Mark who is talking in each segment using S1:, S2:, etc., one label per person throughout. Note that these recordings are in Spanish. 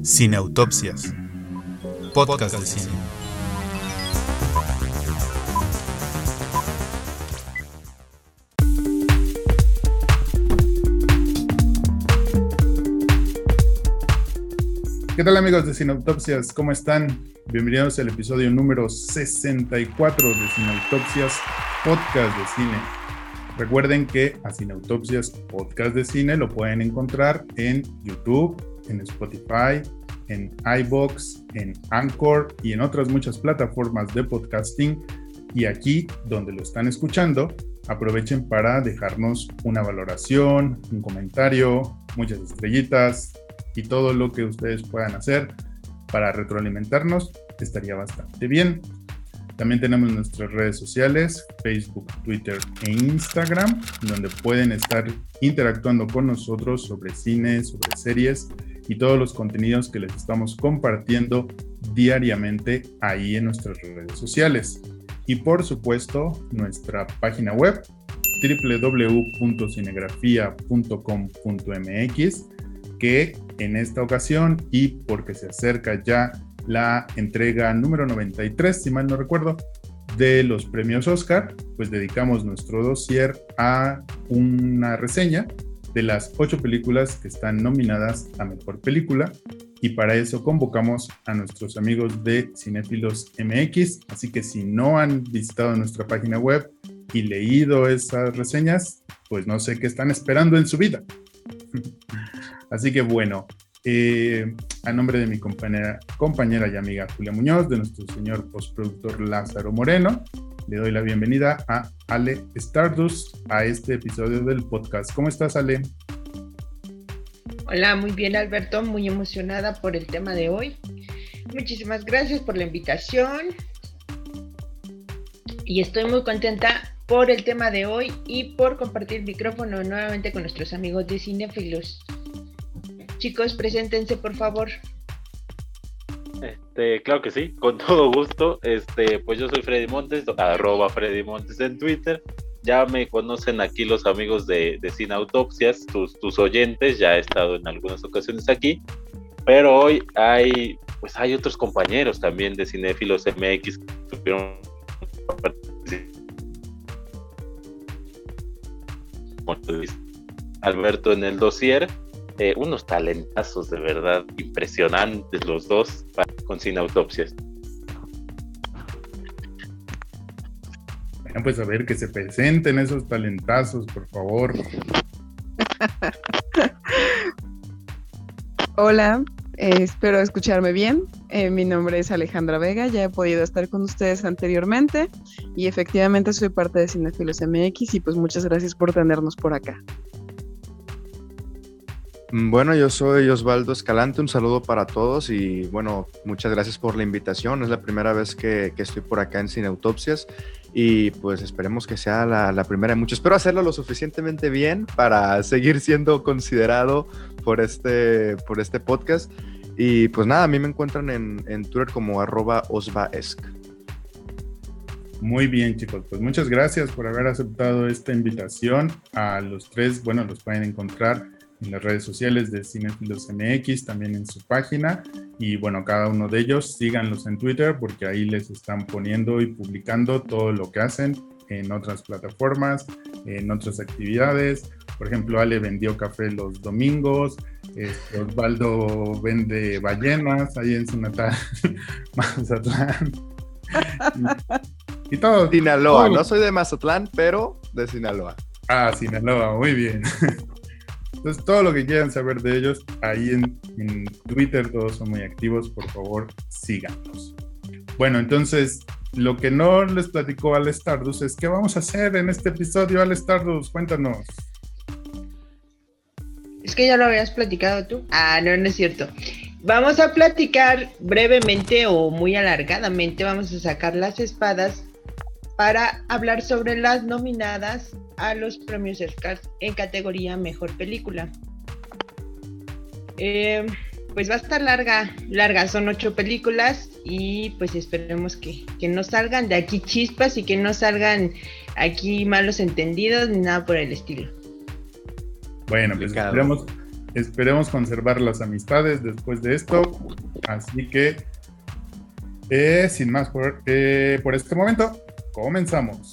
S1: Cineautopsias, podcast de cine.
S2: ¿Qué tal, amigos de Cineautopsias? ¿Cómo están? Bienvenidos al episodio número 64 de Cineautopsias, podcast de cine. Recuerden que a Cineautopsias, podcast de cine, lo pueden encontrar en YouTube, en Spotify, en iVoox, en Anchor y en otras muchas plataformas de podcasting. Y aquí, donde lo están escuchando, aprovechen para dejarnos una valoración, un comentario, muchas estrellitas y todo lo que ustedes puedan hacer para retroalimentarnos estaría bastante bien. También tenemos nuestras redes sociales, Facebook, Twitter e Instagram, donde pueden estar interactuando con nosotros sobre cine, sobre series y todos los contenidos que les estamos compartiendo diariamente ahí en nuestras redes sociales. Y por supuesto, nuestra página web, www.cinegrafia.com.mx, que en esta ocasión, y porque se acerca ya la entrega número 93, si mal no recuerdo, de los premios Oscar, pues dedicamos nuestro dossier a una reseña de las 8 películas que están nominadas a Mejor Película, y para eso convocamos a nuestros amigos de Cinéfilos MX, así que si no han visitado nuestra página web y leído esas reseñas, pues no sé qué están esperando en su vida. Así que bueno, a nombre de mi compañera y amiga Julia Muñoz, de nuestro señor postproductor Lázaro Moreno, le doy la bienvenida a Ale Stardust a este episodio del podcast. ¿Cómo estás, Ale?
S3: Hola, muy bien, Alberto, muy emocionada por el tema de hoy. Muchísimas gracias por la invitación y estoy muy contenta por el tema de hoy y por compartir micrófono nuevamente con nuestros amigos de Cinéfilos. Chicos, preséntense, por favor.
S4: Claro que sí, con todo gusto. Pues yo soy Freddy Montes, @Freddy Montes en Twitter. Ya me conocen aquí los amigos de Cineautopsias, tus oyentes, ya he estado en algunas ocasiones aquí, pero hoy hay otros compañeros también de Cinéfilos MX que tuvieron Alberto en el dossier. Unos talentazos de verdad impresionantes los dos con Cineautopsias.
S2: Bueno, pues a ver, que se presenten esos talentazos, por favor.
S5: Hola, espero escucharme bien. Mi nombre es Alejandra Vega, ya he podido estar con ustedes anteriormente y efectivamente soy parte de Cinéfilos MX y pues muchas gracias por tenernos por acá.
S6: Bueno, yo soy Osvaldo Escalante, un saludo para todos y bueno, muchas gracias por la invitación. Es la primera vez que estoy por acá en Cineautopsias y pues esperemos que sea la primera de muchos. Espero hacerlo lo suficientemente bien para seguir siendo considerado por este podcast. Y pues nada, a mí me encuentran en Twitter como @osvaesc.
S2: Muy bien, chicos, pues muchas gracias por haber aceptado esta invitación. A los tres, bueno, los pueden encontrar en las redes sociales de Cinéfilos MX, también en su página, y bueno, cada uno de ellos síganlos en Twitter porque ahí les están poniendo y publicando todo lo que hacen en otras plataformas, en otras actividades. Por ejemplo, Ale vendió café los domingos, Osvaldo vende ballenas ahí en su natal Mazatlán y todo.
S6: Sinaloa,
S2: todo.
S6: No soy de Mazatlán, pero de Sinaloa.
S2: Ah, Sinaloa, muy bien. Entonces, todo lo que quieran saber de ellos, ahí en Twitter, todos son muy activos, por favor, síganos. Bueno, entonces, lo que no les platicó Ale Stardust es qué vamos a hacer en este episodio. Ale Stardust, cuéntanos.
S3: Es que ya lo habías platicado tú. No es cierto. Vamos a platicar brevemente o muy alargadamente, vamos a sacar las espadas para hablar sobre las nominadas a los premios Oscar en categoría Mejor Película. Pues va a estar larga, son 8 películas y pues esperemos que no salgan de aquí chispas y que no salgan aquí malos entendidos ni nada por el estilo.
S2: Bueno, pues esperemos conservar las amistades después de esto. Así que, sin más por este momento, comenzamos.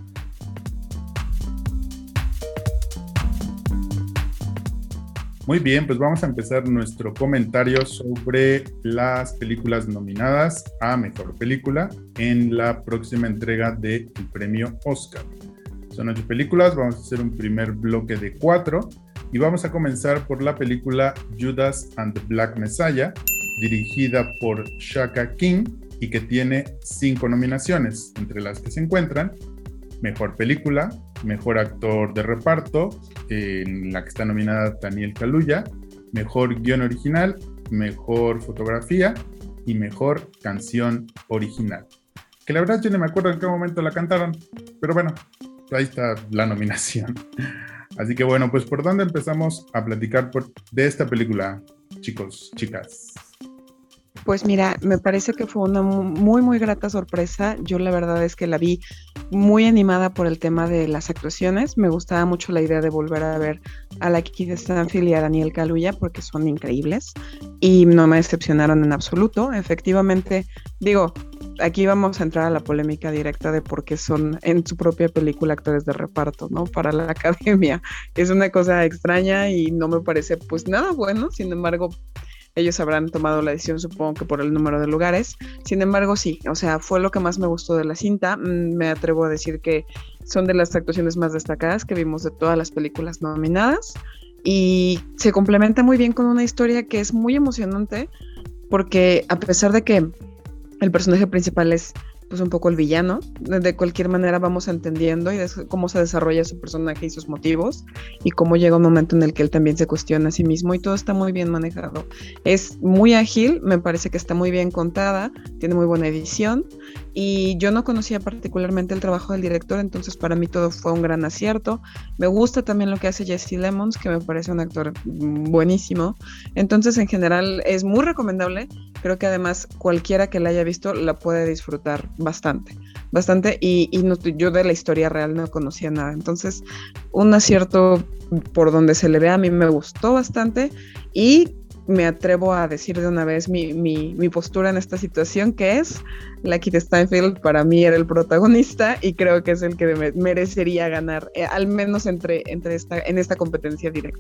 S2: Muy bien, pues vamos a empezar nuestro comentario sobre las películas nominadas a Mejor Película en la próxima entrega del premio Oscar. Son 8 películas, vamos a hacer un primer bloque de 4 y vamos a comenzar por la película Judas and the Black Messiah, dirigida por Shaka King y que tiene 5 nominaciones, entre las que se encuentran Mejor Película, Mejor Actor de Reparto, en la que está nominada Daniel Kaluuya, Mejor Guión Original, Mejor Fotografía y Mejor Canción Original. Que la verdad yo no me acuerdo en qué momento la cantaron, pero bueno, ahí está la nominación. Así que bueno, pues ¿por dónde empezamos a platicar de esta película, chicos, chicas?
S5: Pues mira, me parece que fue una muy, muy grata sorpresa. Yo la verdad es que la vi muy animada por el tema de las actuaciones. Me gustaba mucho la idea de volver a ver a Lakeith Stanfield y a Daniel Kaluuya porque son increíbles y no me decepcionaron en absoluto. Efectivamente, digo, aquí vamos a entrar a la polémica directa de por qué son en su propia película actores de reparto, ¿no? Para la academia. Es una cosa extraña y no me parece pues nada bueno. Sin embargo, ellos habrán tomado la decisión, supongo que por el número de lugares. Sin embargo, sí, o sea, fue lo que más me gustó de la cinta. Me atrevo a decir que son de las actuaciones más destacadas que vimos de todas las películas nominadas. Y se complementa muy bien con una historia que es muy emocionante, porque a pesar de que el personaje principal es pues un poco el villano, de cualquier manera vamos entendiendo y cómo se desarrolla su personaje y sus motivos y cómo llega un momento en el que él también se cuestiona a sí mismo y todo está muy bien manejado. Es muy ágil, me parece que está muy bien contada, tiene muy buena edición y yo no conocía particularmente el trabajo del director, entonces para mí todo fue un gran acierto. Me gusta también lo que hace Jesse Lemons, que me parece un actor buenísimo, entonces en general es muy recomendable. Creo que además cualquiera que la haya visto la puede disfrutar bastante y no, yo de la historia real no conocía nada, entonces un acierto por donde se le ve. A mí me gustó bastante y me atrevo a decir de una vez mi postura en esta situación, que es Lakeith Stanfield para mí era el protagonista y creo que es el que merecería ganar, al menos en esta competencia directa.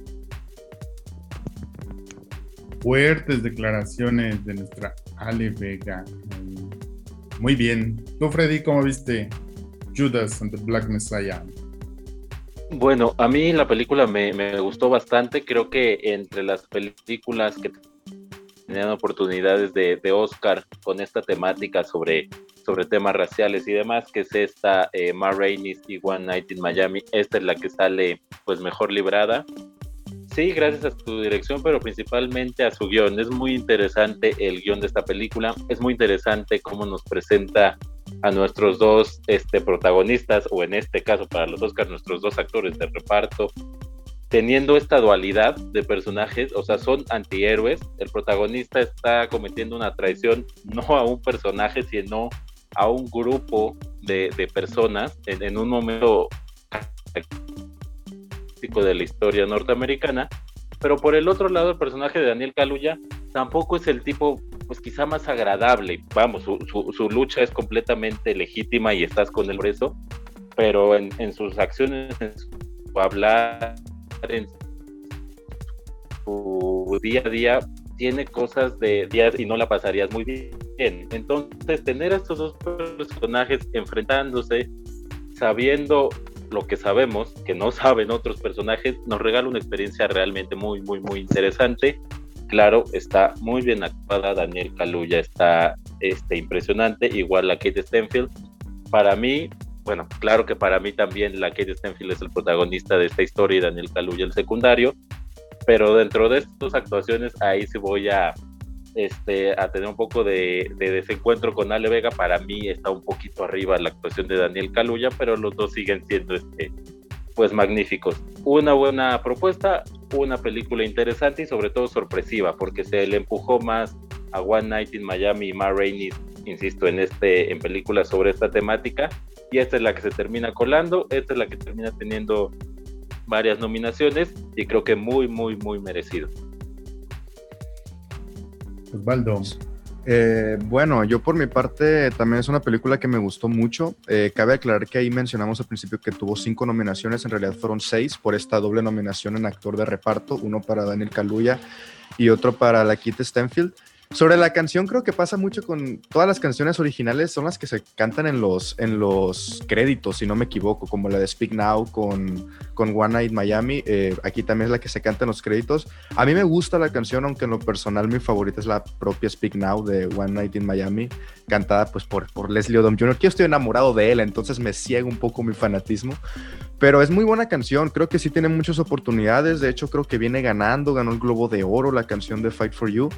S2: Fuertes declaraciones de nuestra Ale Vega. Muy bien. ¿Tú, Freddy, cómo viste Judas and the Black Messiah?
S4: Bueno, a mí la película me gustó bastante. Creo que entre las películas que tenían oportunidades de Oscar con esta temática sobre temas raciales y demás, que es esta Ma Rainey's y One Night in Miami, esta es la que sale pues mejor librada. Sí, gracias a su dirección, pero principalmente a su guión. Es muy interesante el guión de esta película. Es muy interesante cómo nos presenta a nuestros dos protagonistas, o en este caso para los Oscars, nuestros dos actores de reparto, teniendo esta dualidad de personajes. O sea, son antihéroes. El protagonista está cometiendo una traición no a un personaje, sino a un grupo de personas en un momento de la historia norteamericana. Pero por el otro lado, el personaje de Daniel Kaluuya tampoco es el tipo, pues quizá más agradable. Vamos, su lucha es completamente legítima y estás con él por eso, pero en sus acciones, en su hablar, en su día a día, tiene cosas de días y no la pasarías muy bien. Entonces, tener a estos dos personajes enfrentándose, sabiendo lo que sabemos, que no saben otros personajes, nos regala una experiencia realmente muy, muy, muy interesante. Claro, está muy bien actuada. Daniel Kaluuya está impresionante, igual Lakeith Stanfield. Para mí, bueno, claro que para mí también Lakeith Stanfield es el protagonista de esta historia y Daniel Kaluuya el secundario, pero dentro de estas dos actuaciones, ahí sí voy a tener un poco de desencuentro con Ale Vega. Para mí está un poquito arriba la actuación de Daniel Kaluuya, pero los dos siguen siendo pues magníficos. Una buena propuesta, una película interesante y sobre todo sorpresiva, porque se le empujó más a One Night in Miami y Ma Rainey, insisto, en películas sobre esta temática, y esta es la que se termina colando, esta es la que termina teniendo varias nominaciones y creo que muy, muy, muy merecido.
S2: Osvaldo.
S6: Bueno, yo por mi parte también es una película que me gustó mucho. Cabe aclarar que ahí mencionamos al principio que tuvo 5 nominaciones, en realidad fueron 6 por esta doble nominación en actor de reparto, uno para Daniel Kaluuya y otro para Lakeith Stanfield. Sobre la canción, creo que pasa mucho con todas las canciones originales, son las que se cantan en los créditos, si no me equivoco, como la de Speak Now con One Night Miami. Aquí también es la que se canta en los créditos. A mí me gusta la canción, aunque en lo personal mi favorita es la propia Speak Now de One Night in Miami, cantada pues por Leslie Odom Jr., que yo estoy enamorado de él, entonces me ciega un poco mi fanatismo. Pero es muy buena canción, creo que sí tiene muchas oportunidades, de hecho creo que viene ganó el Globo de Oro la canción de Fight for You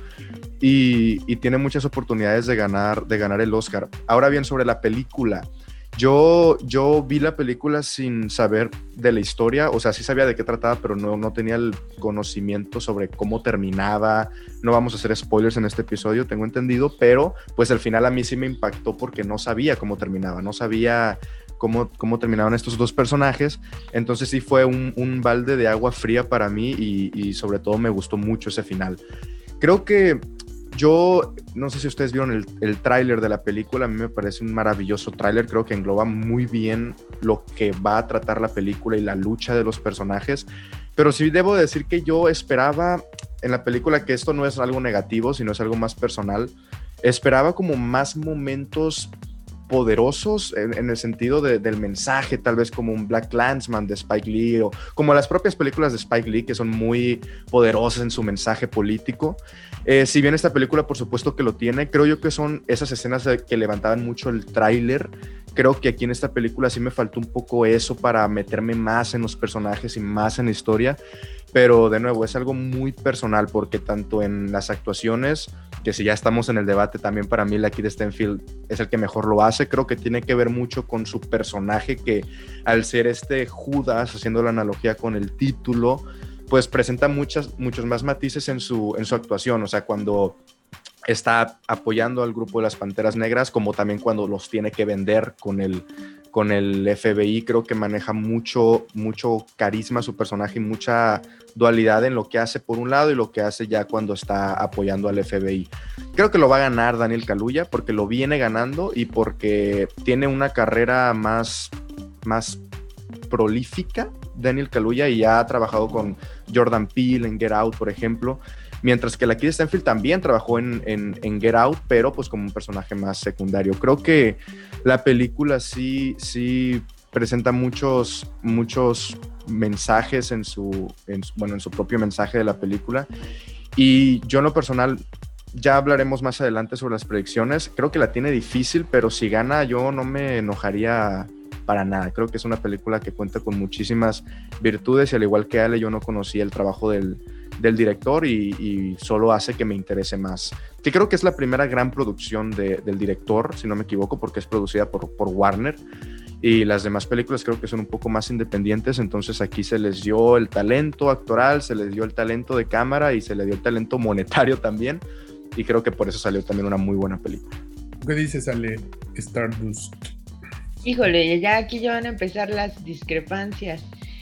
S6: y tiene muchas oportunidades de ganar el Oscar. Ahora bien, sobre la película, yo vi la película sin saber de la historia, o sea, sí sabía de qué trataba, pero no tenía el conocimiento sobre cómo terminaba. No vamos a hacer spoilers en este episodio, tengo entendido, pero pues al final a mí sí me impactó porque no sabía cómo terminaba, no sabía cómo terminaban estos dos personajes. Entonces sí fue un balde de agua fría para mí y sobre todo me gustó mucho ese final. Creo que yo, no sé si ustedes vieron el tráiler de la película, a mí me parece un maravilloso tráiler, creo que engloba muy bien lo que va a tratar la película y la lucha de los personajes, pero sí debo decir que yo esperaba en la película, que esto no es algo negativo, sino es algo más personal, esperaba como más momentos poderosos en el sentido del mensaje, tal vez como un Black Klansman de Spike Lee o como las propias películas de Spike Lee, que son muy poderosas en su mensaje político. Si bien esta película por supuesto que lo tiene, creo yo que son esas escenas que levantaban mucho el tráiler. Creo que aquí en esta película sí me faltó un poco eso para meterme más en los personajes y más en la historia, pero de nuevo es algo muy personal porque tanto en las actuaciones, que si ya estamos en el debate, también para mí Lakeith Stanfield es el que mejor lo hace, creo que tiene que ver mucho con su personaje, que al ser Judas, haciendo la analogía con el título, pues presenta muchos más matices en su actuación, o sea, cuando está apoyando al grupo de las Panteras Negras, como también cuando los tiene que vender con el FBI, creo que maneja mucho carisma su personaje y mucha dualidad en lo que hace por un lado y lo que hace ya cuando está apoyando al FBI. Creo que lo va a ganar Daniel Kaluuya porque lo viene ganando y porque tiene una carrera más prolífica Daniel Kaluuya y ya ha trabajado con Jordan Peele en Get Out, por ejemplo, mientras que Lakeith Stanfield también trabajó en Get Out, pero pues como un personaje más secundario. Creo que la película sí presenta muchos mensajes en su propio mensaje de la película, y yo en lo personal, ya hablaremos más adelante sobre las predicciones, creo que la tiene difícil, pero si gana yo no me enojaría para nada. Creo que es una película que cuenta con muchísimas virtudes y al igual que Ale, yo no conocía el trabajo del director y solo hace que me interese más. Que creo que es la primera gran producción del director, si no me equivoco, porque es producida por Warner, y las demás películas creo que son un poco más independientes, entonces aquí se les dio el talento actoral, se les dio el talento de cámara y se le dio el talento monetario también, y creo que por eso salió también una muy buena película.
S2: ¿Qué dices, Ale? Stardust.
S3: Híjole, ya aquí ya van a empezar las discrepancias.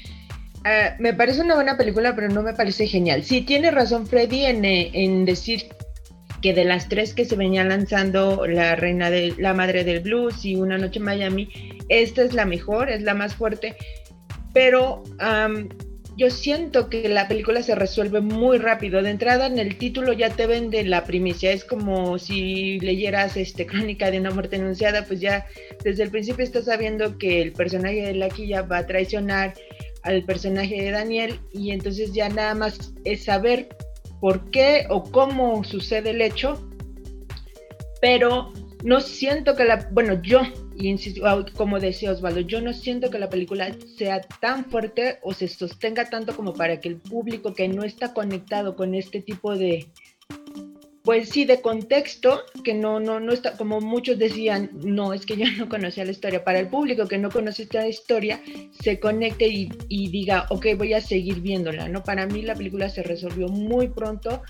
S3: Me parece una buena película, pero no me parece genial. Sí, tiene razón Freddy en decir que de las tres que se venían lanzando, La Madre del Blues y Una Noche en Miami, esta es la mejor, es la más fuerte, pero yo siento que la película se resuelve muy rápido. De entrada, en el título ya te vende la primicia, es como si leyeras Crónica de una muerte anunciada, pues ya desde el principio estás sabiendo que el personaje de Lucky ya va a traicionar al personaje de Daniel, y entonces ya nada más es saber por qué o cómo sucede el hecho, pero no siento que yo insisto, como decía Osvaldo, yo no siento que la película sea tan fuerte o se sostenga tanto como para que el público que no está conectado con este tipo de, pues sí, de contexto, que no está, como muchos decían, no, es que yo no conocía la historia, para el público que no conoce esta historia, se conecte y diga, ok, voy a seguir viéndola, ¿no? Para mí la película se resolvió muy pronto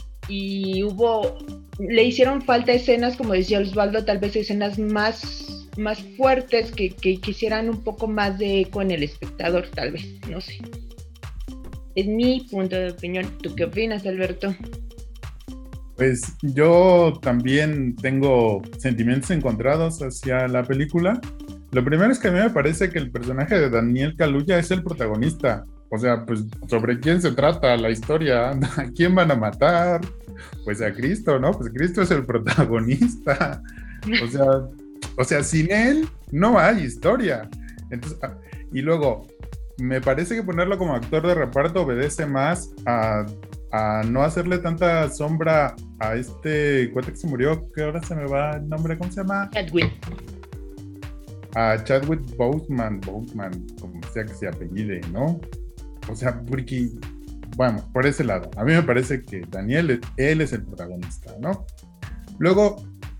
S3: y le hicieron falta escenas, como decía Osvaldo, tal vez escenas más más fuertes que quisieran un poco más de eco en el espectador, tal vez, no sé. Es mi punto de opinión. ¿Tú qué opinas, Alberto?
S2: Pues yo también tengo sentimientos encontrados hacia la película. Lo primero es que a mí me parece que el personaje de Daniel Kaluuya es el protagonista. O sea, pues, ¿sobre quién se trata la historia? ¿A quién van a matar? Pues a Cristo, ¿no? Pues Cristo es el protagonista. O sea, sin él no hay historia. Entonces, y luego, me parece que ponerlo como actor de reparto obedece más a no hacerle tanta sombra a este cuate que se murió, que ahora se me va el nombre, ¿cómo se llama?
S3: Chadwick.
S2: A Chadwick Boseman, como sea que se apellide, ¿no? O sea, porque, bueno, por ese lado, a mí me parece que Daniel, él es el protagonista, ¿no? Luego,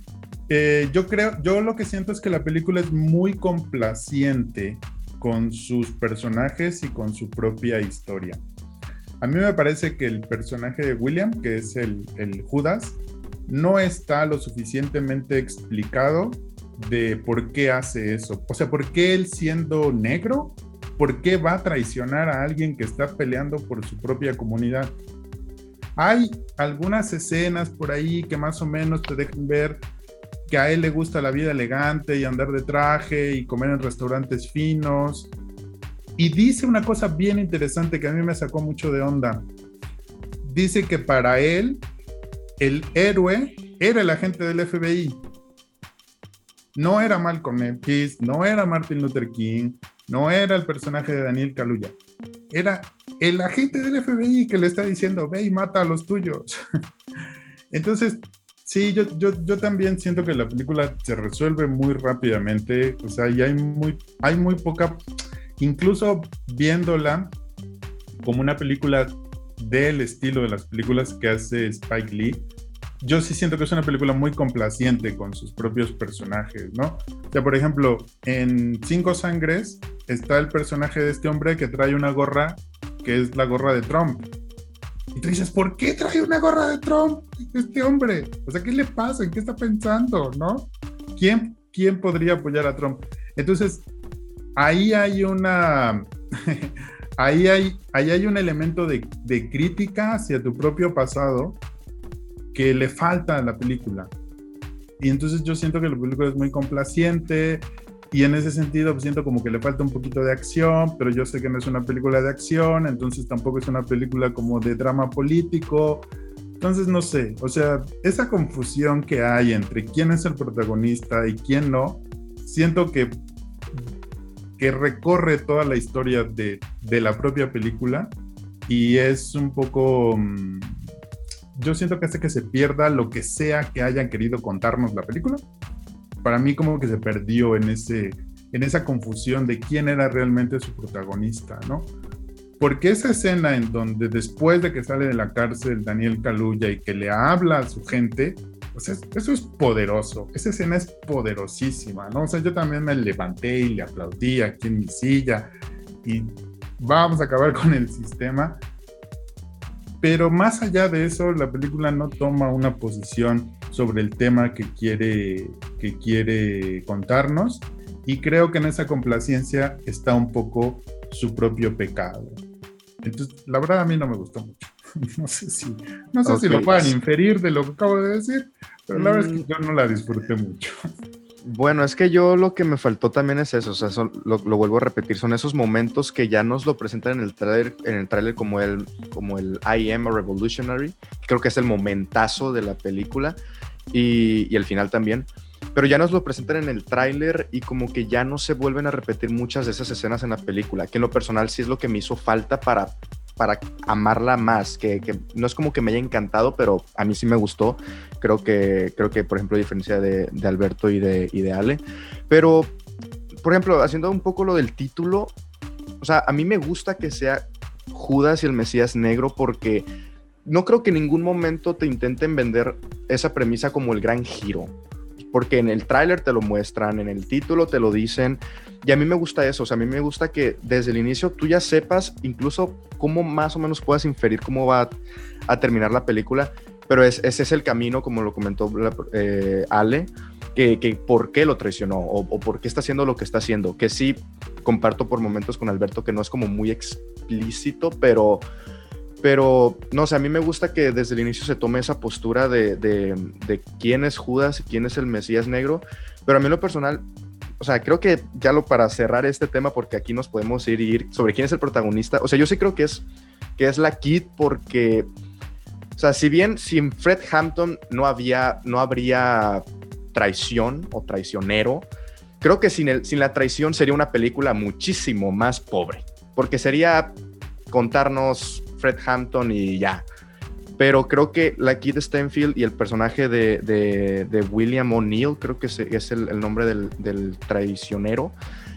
S2: yo lo que siento es que la película es muy complaciente con sus personajes y con su propia historia. A mí me parece que el personaje de William, que es el Judas, no está lo suficientemente explicado de por qué hace eso. O sea, por qué él siendo negro, por qué va a traicionar a alguien que está peleando por su propia comunidad. Hay algunas escenas por ahí que más o menos te dejan ver que a él le gusta la vida elegante y andar de traje y comer en restaurantes finos. Y dice una cosa bien interesante que a mí me sacó mucho de onda. Dice que para él, el héroe era el agente del FBI. No era Malcolm X, no era Martin Luther King, no era el personaje de Daniel Kaluuya. Era el agente del FBI que le está diciendo, ve y mata a los tuyos. Entonces, sí, yo también siento que la película se resuelve muy rápidamente. O sea, y hay muy poca... Incluso viéndola como una película del estilo de las películas que hace Spike Lee, yo sí siento que es una película muy complaciente con sus propios personajes, ¿no? O sea, por ejemplo, en Cinco Sangres está el personaje de este hombre que trae una gorra que es la gorra de Trump. Y tú dices, ¿por qué trae una gorra de Trump este hombre? O sea, ¿qué le pasa? ¿En qué está pensando? ¿No? ¿Quién podría apoyar a Trump? Entonces, ahí hay ahí hay un elemento de crítica hacia tu propio pasado que le falta a la película. Y entonces yo siento que la película es muy complaciente y en ese sentido pues, siento como que le falta un poquito de acción, pero yo sé que no es una película de acción, entonces tampoco es una película como de drama político. Entonces no sé, o sea, esa confusión que hay entre quién es el protagonista y quién no, siento que recorre toda la historia de la propia película y es un poco... yo siento que hace que se pierda lo que sea que hayan querido contarnos la película. Para mí como que se perdió en esa confusión de quién era realmente su protagonista, ¿no? Porque esa escena en donde después de que sale de la cárcel Daniel Kaluuya y que le habla a su gente, o sea, eso es poderoso, esa escena es poderosísima, ¿no? O sea, yo también me levanté y le aplaudí aquí en mi silla y vamos a acabar con el sistema. Pero más allá de eso, la película no toma una posición sobre el tema que quiere contarnos y creo que en esa complacencia está un poco su propio pecado. Entonces, la verdad a mí no me gustó mucho. No sé si lo puedan inferir de lo que acabo de decir, pero la verdad es que yo no la disfruté mucho.
S6: Bueno, es que yo lo que me faltó también es eso, o sea, lo vuelvo a repetir, son esos momentos que ya nos lo presentan en el tráiler como el I am a revolutionary, creo que es el momentazo de la película y el final también, pero ya nos lo presentan en el tráiler y como que ya no se vuelven a repetir muchas de esas escenas en la película, que en lo personal sí es lo que me hizo falta para amarla más, que no es como que me haya encantado, pero a mí sí me gustó. Creo que por ejemplo, a diferencia de Alberto y de Ale. Pero, por ejemplo, haciendo un poco lo del título, o sea, a mí me gusta que sea Judas y el Mesías negro porque no creo que en ningún momento te intenten vender esa premisa como el gran giro. Porque en el tráiler te lo muestran, en el título te lo dicen, y a mí me gusta eso, o sea, a mí me gusta que desde el inicio tú ya sepas incluso cómo más o menos puedas inferir cómo va a terminar la película, pero ese es el camino, como lo comentó Ale, que por qué lo traicionó o por qué está haciendo lo que está haciendo, que sí comparto por momentos con Alberto que no es como muy explícito, pero no sé, a mí me gusta que desde el inicio se tome esa postura de quién es Judas y quién es el Mesías negro, pero a mí en lo personal, o sea, creo que ya para cerrar este tema, porque aquí nos podemos ir sobre quién es el protagonista, o sea, yo sí creo que es la Kid porque, o sea, si bien sin Fred Hampton no habría traición o traicionero, creo que sin la traición sería una película muchísimo más pobre, porque sería contarnos Fred Hampton y ya. Pero creo que la Kid Stanfield y el personaje de William O'Neill, creo que es el nombre del traicionero,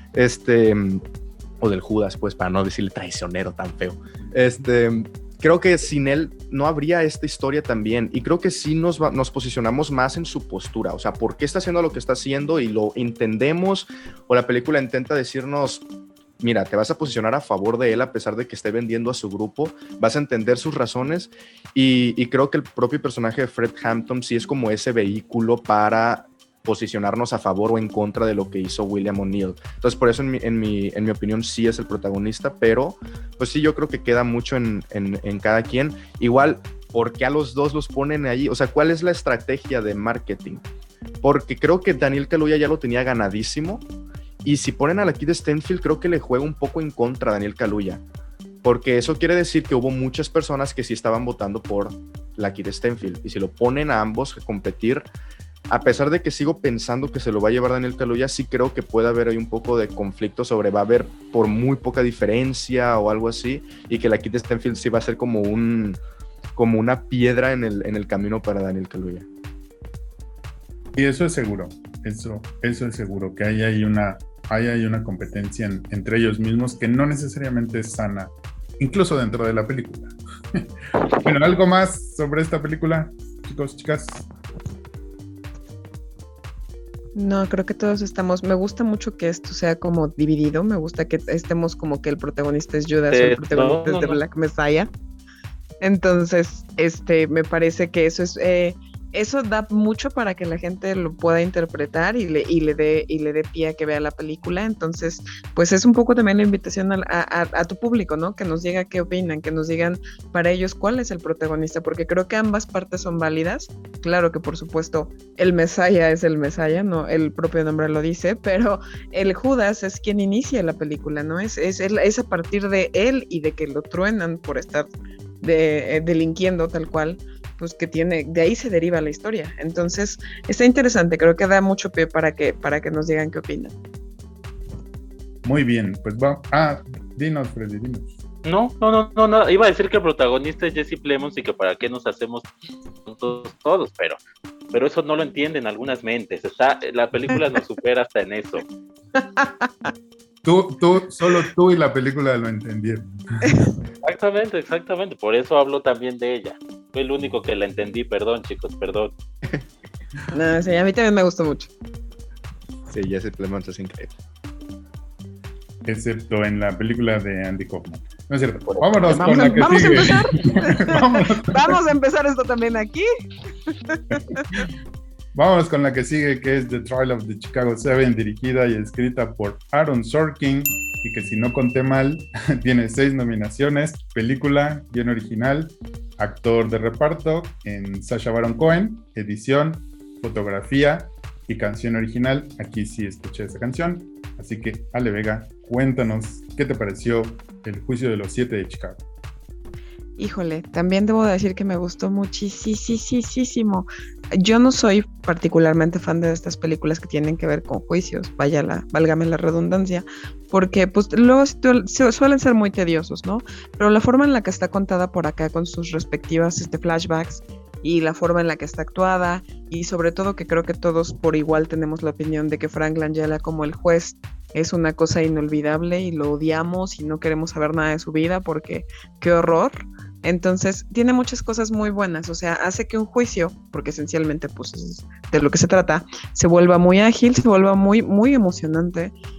S6: o del Judas, pues, para no decirle traicionero tan feo. Creo que sin él no habría esta historia también, y creo que sí nos posicionamos más en su postura, o sea, por qué está haciendo lo que está haciendo y lo entendemos, o la película intenta decirnos, mira, te vas a posicionar a favor de él a pesar de que esté vendiendo a su grupo, vas a entender sus razones, y creo que el propio personaje de Fred Hampton sí es como ese vehículo para posicionarnos a favor o en contra de lo que hizo William O'Neill. Entonces, por eso en mi opinión sí es el protagonista, pero pues sí, yo creo que queda mucho en cada quien. Igual, ¿por qué a los dos los ponen ahí? O sea, ¿cuál es la estrategia de marketing? Porque creo que Daniel Kaluuya ya lo tenía ganadísimo, y si ponen a la Kid Stanfield, creo que le juega un poco en contra a Daniel Kaluuya, porque eso quiere decir que hubo muchas personas que sí estaban votando por la Kid Stanfield, y si lo ponen a ambos a competir, a pesar de que sigo pensando que se lo va a llevar Daniel Kaluuya, sí creo que puede haber ahí un poco de conflicto sobre va a haber por muy poca diferencia o algo así, y que la Kid Stanfield sí va a ser como una piedra en el camino para Daniel Kaluuya.
S2: Y eso es seguro, eso es seguro, que hay una competencia entre ellos mismos que no necesariamente es sana, incluso dentro de la película. Bueno, ¿algo más sobre esta película, chicos, chicas?
S5: No, creo que todos me gusta mucho que esto sea como dividido, me gusta que estemos como que el protagonista es Judas, el protagonista es The Black Messiah. Entonces, me parece que eso da mucho para que la gente lo pueda interpretar y le dé pie a que vea la película. Entonces, pues es un poco también la invitación a tu público, ¿no? Que nos diga qué opinan, que nos digan para ellos cuál es el protagonista, porque creo que ambas partes son válidas. Claro que por supuesto el Mesías es el Mesías, no, el propio nombre lo dice, pero el Judas es quien inicia la película, ¿no? Es a partir de él y de que lo truenan por estar delinquiendo tal cual, pues que de ahí se deriva la historia. Entonces, está interesante, creo que da mucho pie para que nos digan qué opinan.
S2: Muy bien, pues va. Dinos, Freddy, dinos.
S4: No, iba a decir que el protagonista es Jesse Plemons y que para qué nos hacemos todos, pero eso no lo entienden algunas mentes. La película nos supera hasta en eso.
S2: Solo tú y la película lo entendieron.
S4: Exactamente, por eso hablo también de ella. Fue el único que la entendí, perdón, chicos, perdón.
S5: No, sí, a mí también me gustó mucho.
S6: Sí, Jesse Plemons es increíble.
S2: Excepto en la película de Andy Kaufman. No es cierto. Vámonos con la que
S5: vamos
S2: sigue.
S5: A empezar. Vamos a empezar esto también aquí.
S2: Vamos con la que sigue, que es The Trial of the Chicago 7, dirigida y escrita por Aaron Sorkin, y que si no conté mal, tiene 6 nominaciones: película, guión original, actor de reparto en Sacha Baron Cohen, edición, fotografía y canción original. Aquí sí escuché esa canción, así que Ale Vega, cuéntanos qué te pareció El Juicio de los 7 de Chicago.
S5: Híjole, también debo decir que me gustó muchísimo. Yo no soy particularmente fan de estas películas que tienen que ver con juicios, válgame la redundancia, porque pues luego suelen ser muy tediosos, ¿no? Pero la forma en la que está contada por acá con sus respectivas flashbacks y la forma en la que está actuada, y sobre todo que creo que todos por igual tenemos la opinión de que Frank Langella como el juez es una cosa inolvidable y lo odiamos y no queremos saber nada de su vida porque qué horror. Entonces tiene muchas cosas muy buenas, o sea, hace que un juicio, porque esencialmente pues es de lo que se trata, se vuelva muy ágil, se vuelva muy, muy emocionante,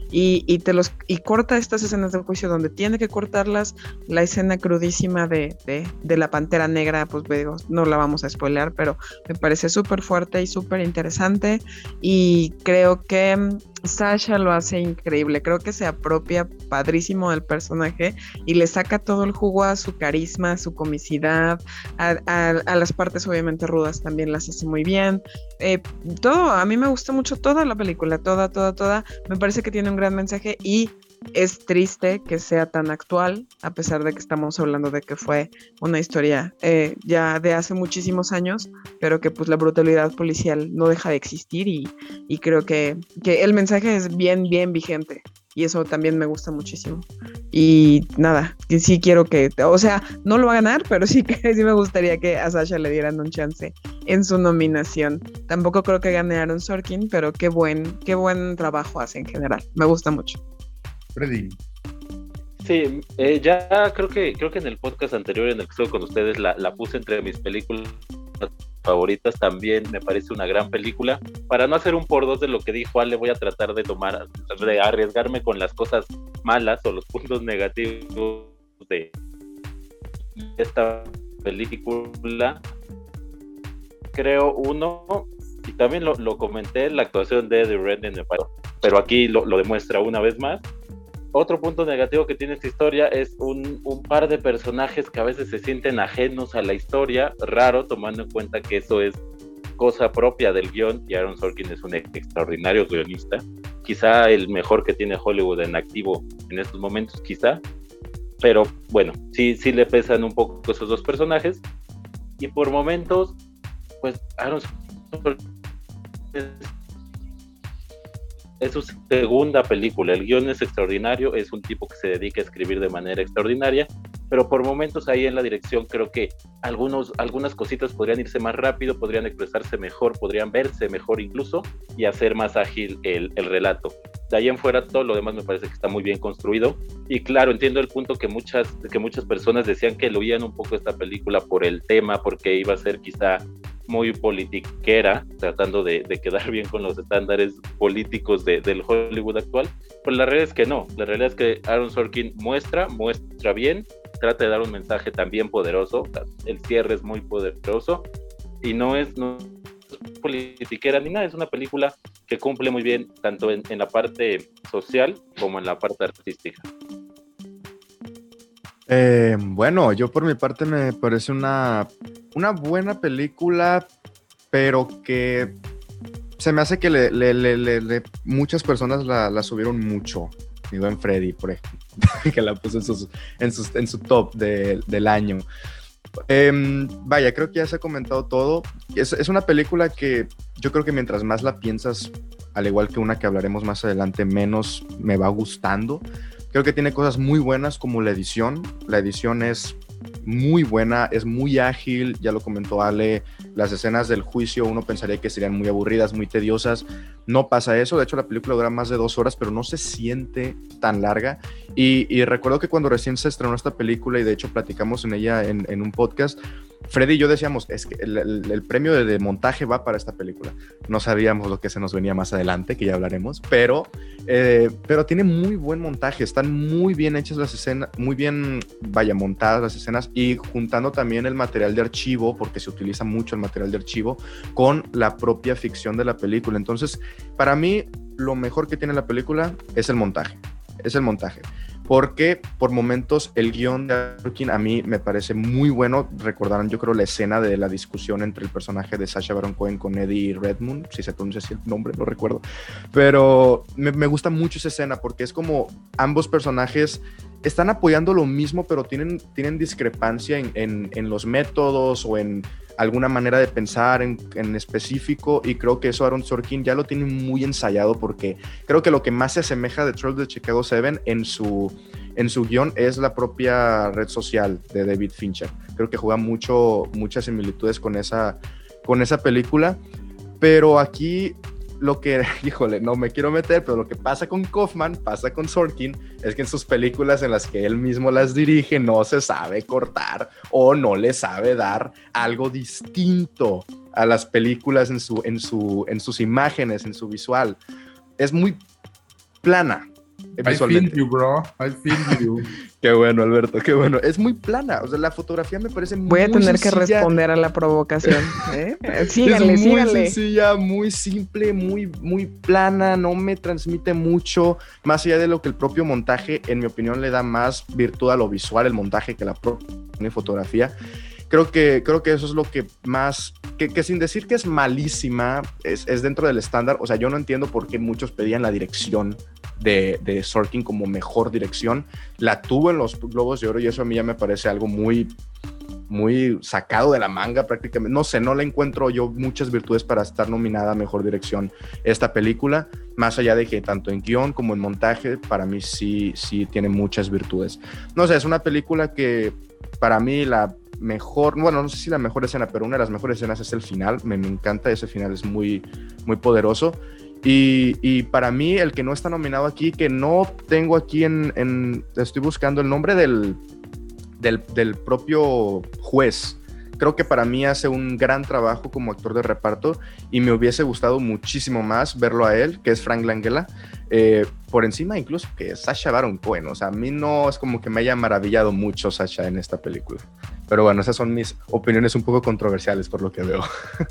S5: y corta estas escenas de juicio donde tiene que cortarlas. La escena crudísima de la Pantera Negra, pues digo, no la vamos a spoilear, pero me parece súper fuerte y súper interesante, y creo que Sasha lo hace increíble. Creo que se apropia padrísimo del personaje y le saca todo el jugo a su carisma, a su comicidad, a las partes obviamente rudas también las hace muy bien. Todo, a mí me gusta mucho toda la película, toda. Me parece que tiene un gran mensaje y es triste que sea tan actual, a pesar de que estamos hablando de que fue una historia ya de hace muchísimos años, pero que pues la brutalidad policial no deja de existir, y creo que el mensaje es bien vigente, y eso también me gusta muchísimo. Y nada, que sí quiero que, o sea, no lo va a ganar, pero sí que sí me gustaría que a Sasha le dieran un chance en su nominación. Tampoco creo que gane Aaron Sorkin, pero qué buen trabajo hace en general. Me gusta mucho.
S2: Freddy.
S4: Sí, ya creo que en el podcast anterior en el que estuve con ustedes la puse entre mis películas favoritas. También me parece una gran película. Para no hacer un por dos de lo que dijo Ale, voy a tratar de arriesgarme con las cosas malas o los puntos negativos de esta película. Creo uno, y también lo comenté, la actuación de Eddie Redmayne, pero aquí lo demuestra una vez más. Otro punto negativo que tiene esta historia es un par de personajes que a veces se sienten ajenos a la historia, raro tomando en cuenta que eso es cosa propia del guión, y Aaron Sorkin es un extraordinario guionista, quizá el mejor que tiene Hollywood en activo en estos momentos, quizá, pero bueno, sí le pesan un poco esos dos personajes, y por momentos, pues Aaron Sorkin es su segunda película. El guión es extraordinario, es un tipo que se dedica a escribir de manera extraordinaria, pero por momentos ahí en la dirección creo que algunas cositas podrían irse más rápido, podrían expresarse mejor, podrían verse mejor incluso, y hacer más ágil el relato. De ahí en fuera todo lo demás me parece que está muy bien construido, y claro, entiendo el punto que muchas personas decían que lo oían un poco esta película por el tema, porque iba a ser quizá muy politiquera, tratando de quedar bien con los estándares políticos del Hollywood actual, pero la realidad es que no. La realidad es que Aaron Sorkin muestra bien, trata de dar un mensaje también poderoso, el cierre es muy poderoso, y no es politiquera ni nada, es una película que cumple muy bien tanto en la parte social como en la parte artística.
S6: Bueno, yo por mi parte me parece una buena película, pero que se me hace que muchas personas la subieron mucho. Digo, en Freddy, por ejemplo, que la puso en su top del año. Vaya, creo que ya se ha comentado todo. Es una película que yo creo que mientras más la piensas, al igual que una que hablaremos más adelante, menos me va gustando. Creo que tiene cosas muy buenas como la edición. La edición es muy buena, es muy ágil, ya lo comentó Ale. Las escenas del juicio uno pensaría que serían muy aburridas, muy tediosas. No pasa eso, de hecho la película dura más de 2 horas, pero no se siente tan larga. Y recuerdo que cuando recién se estrenó esta película, y de hecho platicamos en ella en un podcast, Freddy y yo decíamos, es que el premio de montaje va para esta película. No sabíamos lo que se nos venía más adelante, que ya hablaremos, pero tiene muy buen montaje, están muy bien hechas las escenas, muy bien, montadas las escenas, y juntando también el material de archivo, porque se utiliza mucho el material de archivo, con la propia ficción de la película. Entonces, para mí, lo mejor que tiene la película es el montaje. Porque por momentos el guión de Sorkin a mí me parece muy bueno. Recordaron, yo creo, la escena de la discusión entre el personaje de Sacha Baron Cohen con Eddie Redmayne, si se pronuncia así el nombre, no recuerdo, pero me gusta mucho esa escena porque es como ambos personajes están apoyando lo mismo, pero tienen discrepancia en los métodos o en alguna manera de pensar en específico, y creo que eso Aaron Sorkin ya lo tiene muy ensayado, porque creo que lo que más se asemeja de Trolls de Chicago 7 en su guión es la propia red social de David Fincher. Creo que juega muchas similitudes con esa película, pero aquí lo que, híjole, no me quiero meter, pero lo que pasa con Kaufman, pasa con Sorkin, es que en sus películas en las que él mismo las dirige no se sabe cortar o no le sabe dar algo distinto a las películas en sus imágenes, en su visual. Es muy plana, visualmente.
S2: I feel you, bro. I feel you.
S6: Qué bueno, Alberto, qué bueno. Es muy plana, o sea, la fotografía me parece
S5: Voy a
S6: muy
S5: tener que
S6: sencilla.
S5: responder a la provocación. Síganle,
S6: Es muy
S5: síganle.
S6: sencilla, muy simple, muy plana, no me transmite mucho, más allá de lo que el propio montaje, en mi opinión, le da más virtud a lo visual, el montaje, que la propia fotografía. Creo que eso es lo que más, que sin decir que es malísima, es dentro del estándar. O sea, yo no entiendo por qué muchos pedían la dirección de Sorkin como mejor dirección. La tuvo en los Globos de Oro y eso a mí ya me parece algo muy sacado de la manga prácticamente. No sé, no le encuentro yo muchas virtudes para estar nominada a mejor dirección esta película, más allá de que tanto en guión como en montaje, para mí sí tiene muchas virtudes. No sé, es una película que para mí la mejor, bueno, no sé si la mejor escena, pero una de las mejores escenas es el final. Me encanta, ese final es muy poderoso. Y para mí el que no está nominado aquí, que no tengo aquí estoy buscando el nombre del propio juez. Creo que para mí hace un gran trabajo como actor de reparto y me hubiese gustado muchísimo más verlo a él, que es Frank Langella, por encima incluso que Sacha Baron Cohen. O sea, a mí no es como que me haya maravillado mucho Sacha en esta película. Pero bueno, esas son mis opiniones un poco controversiales por lo que veo.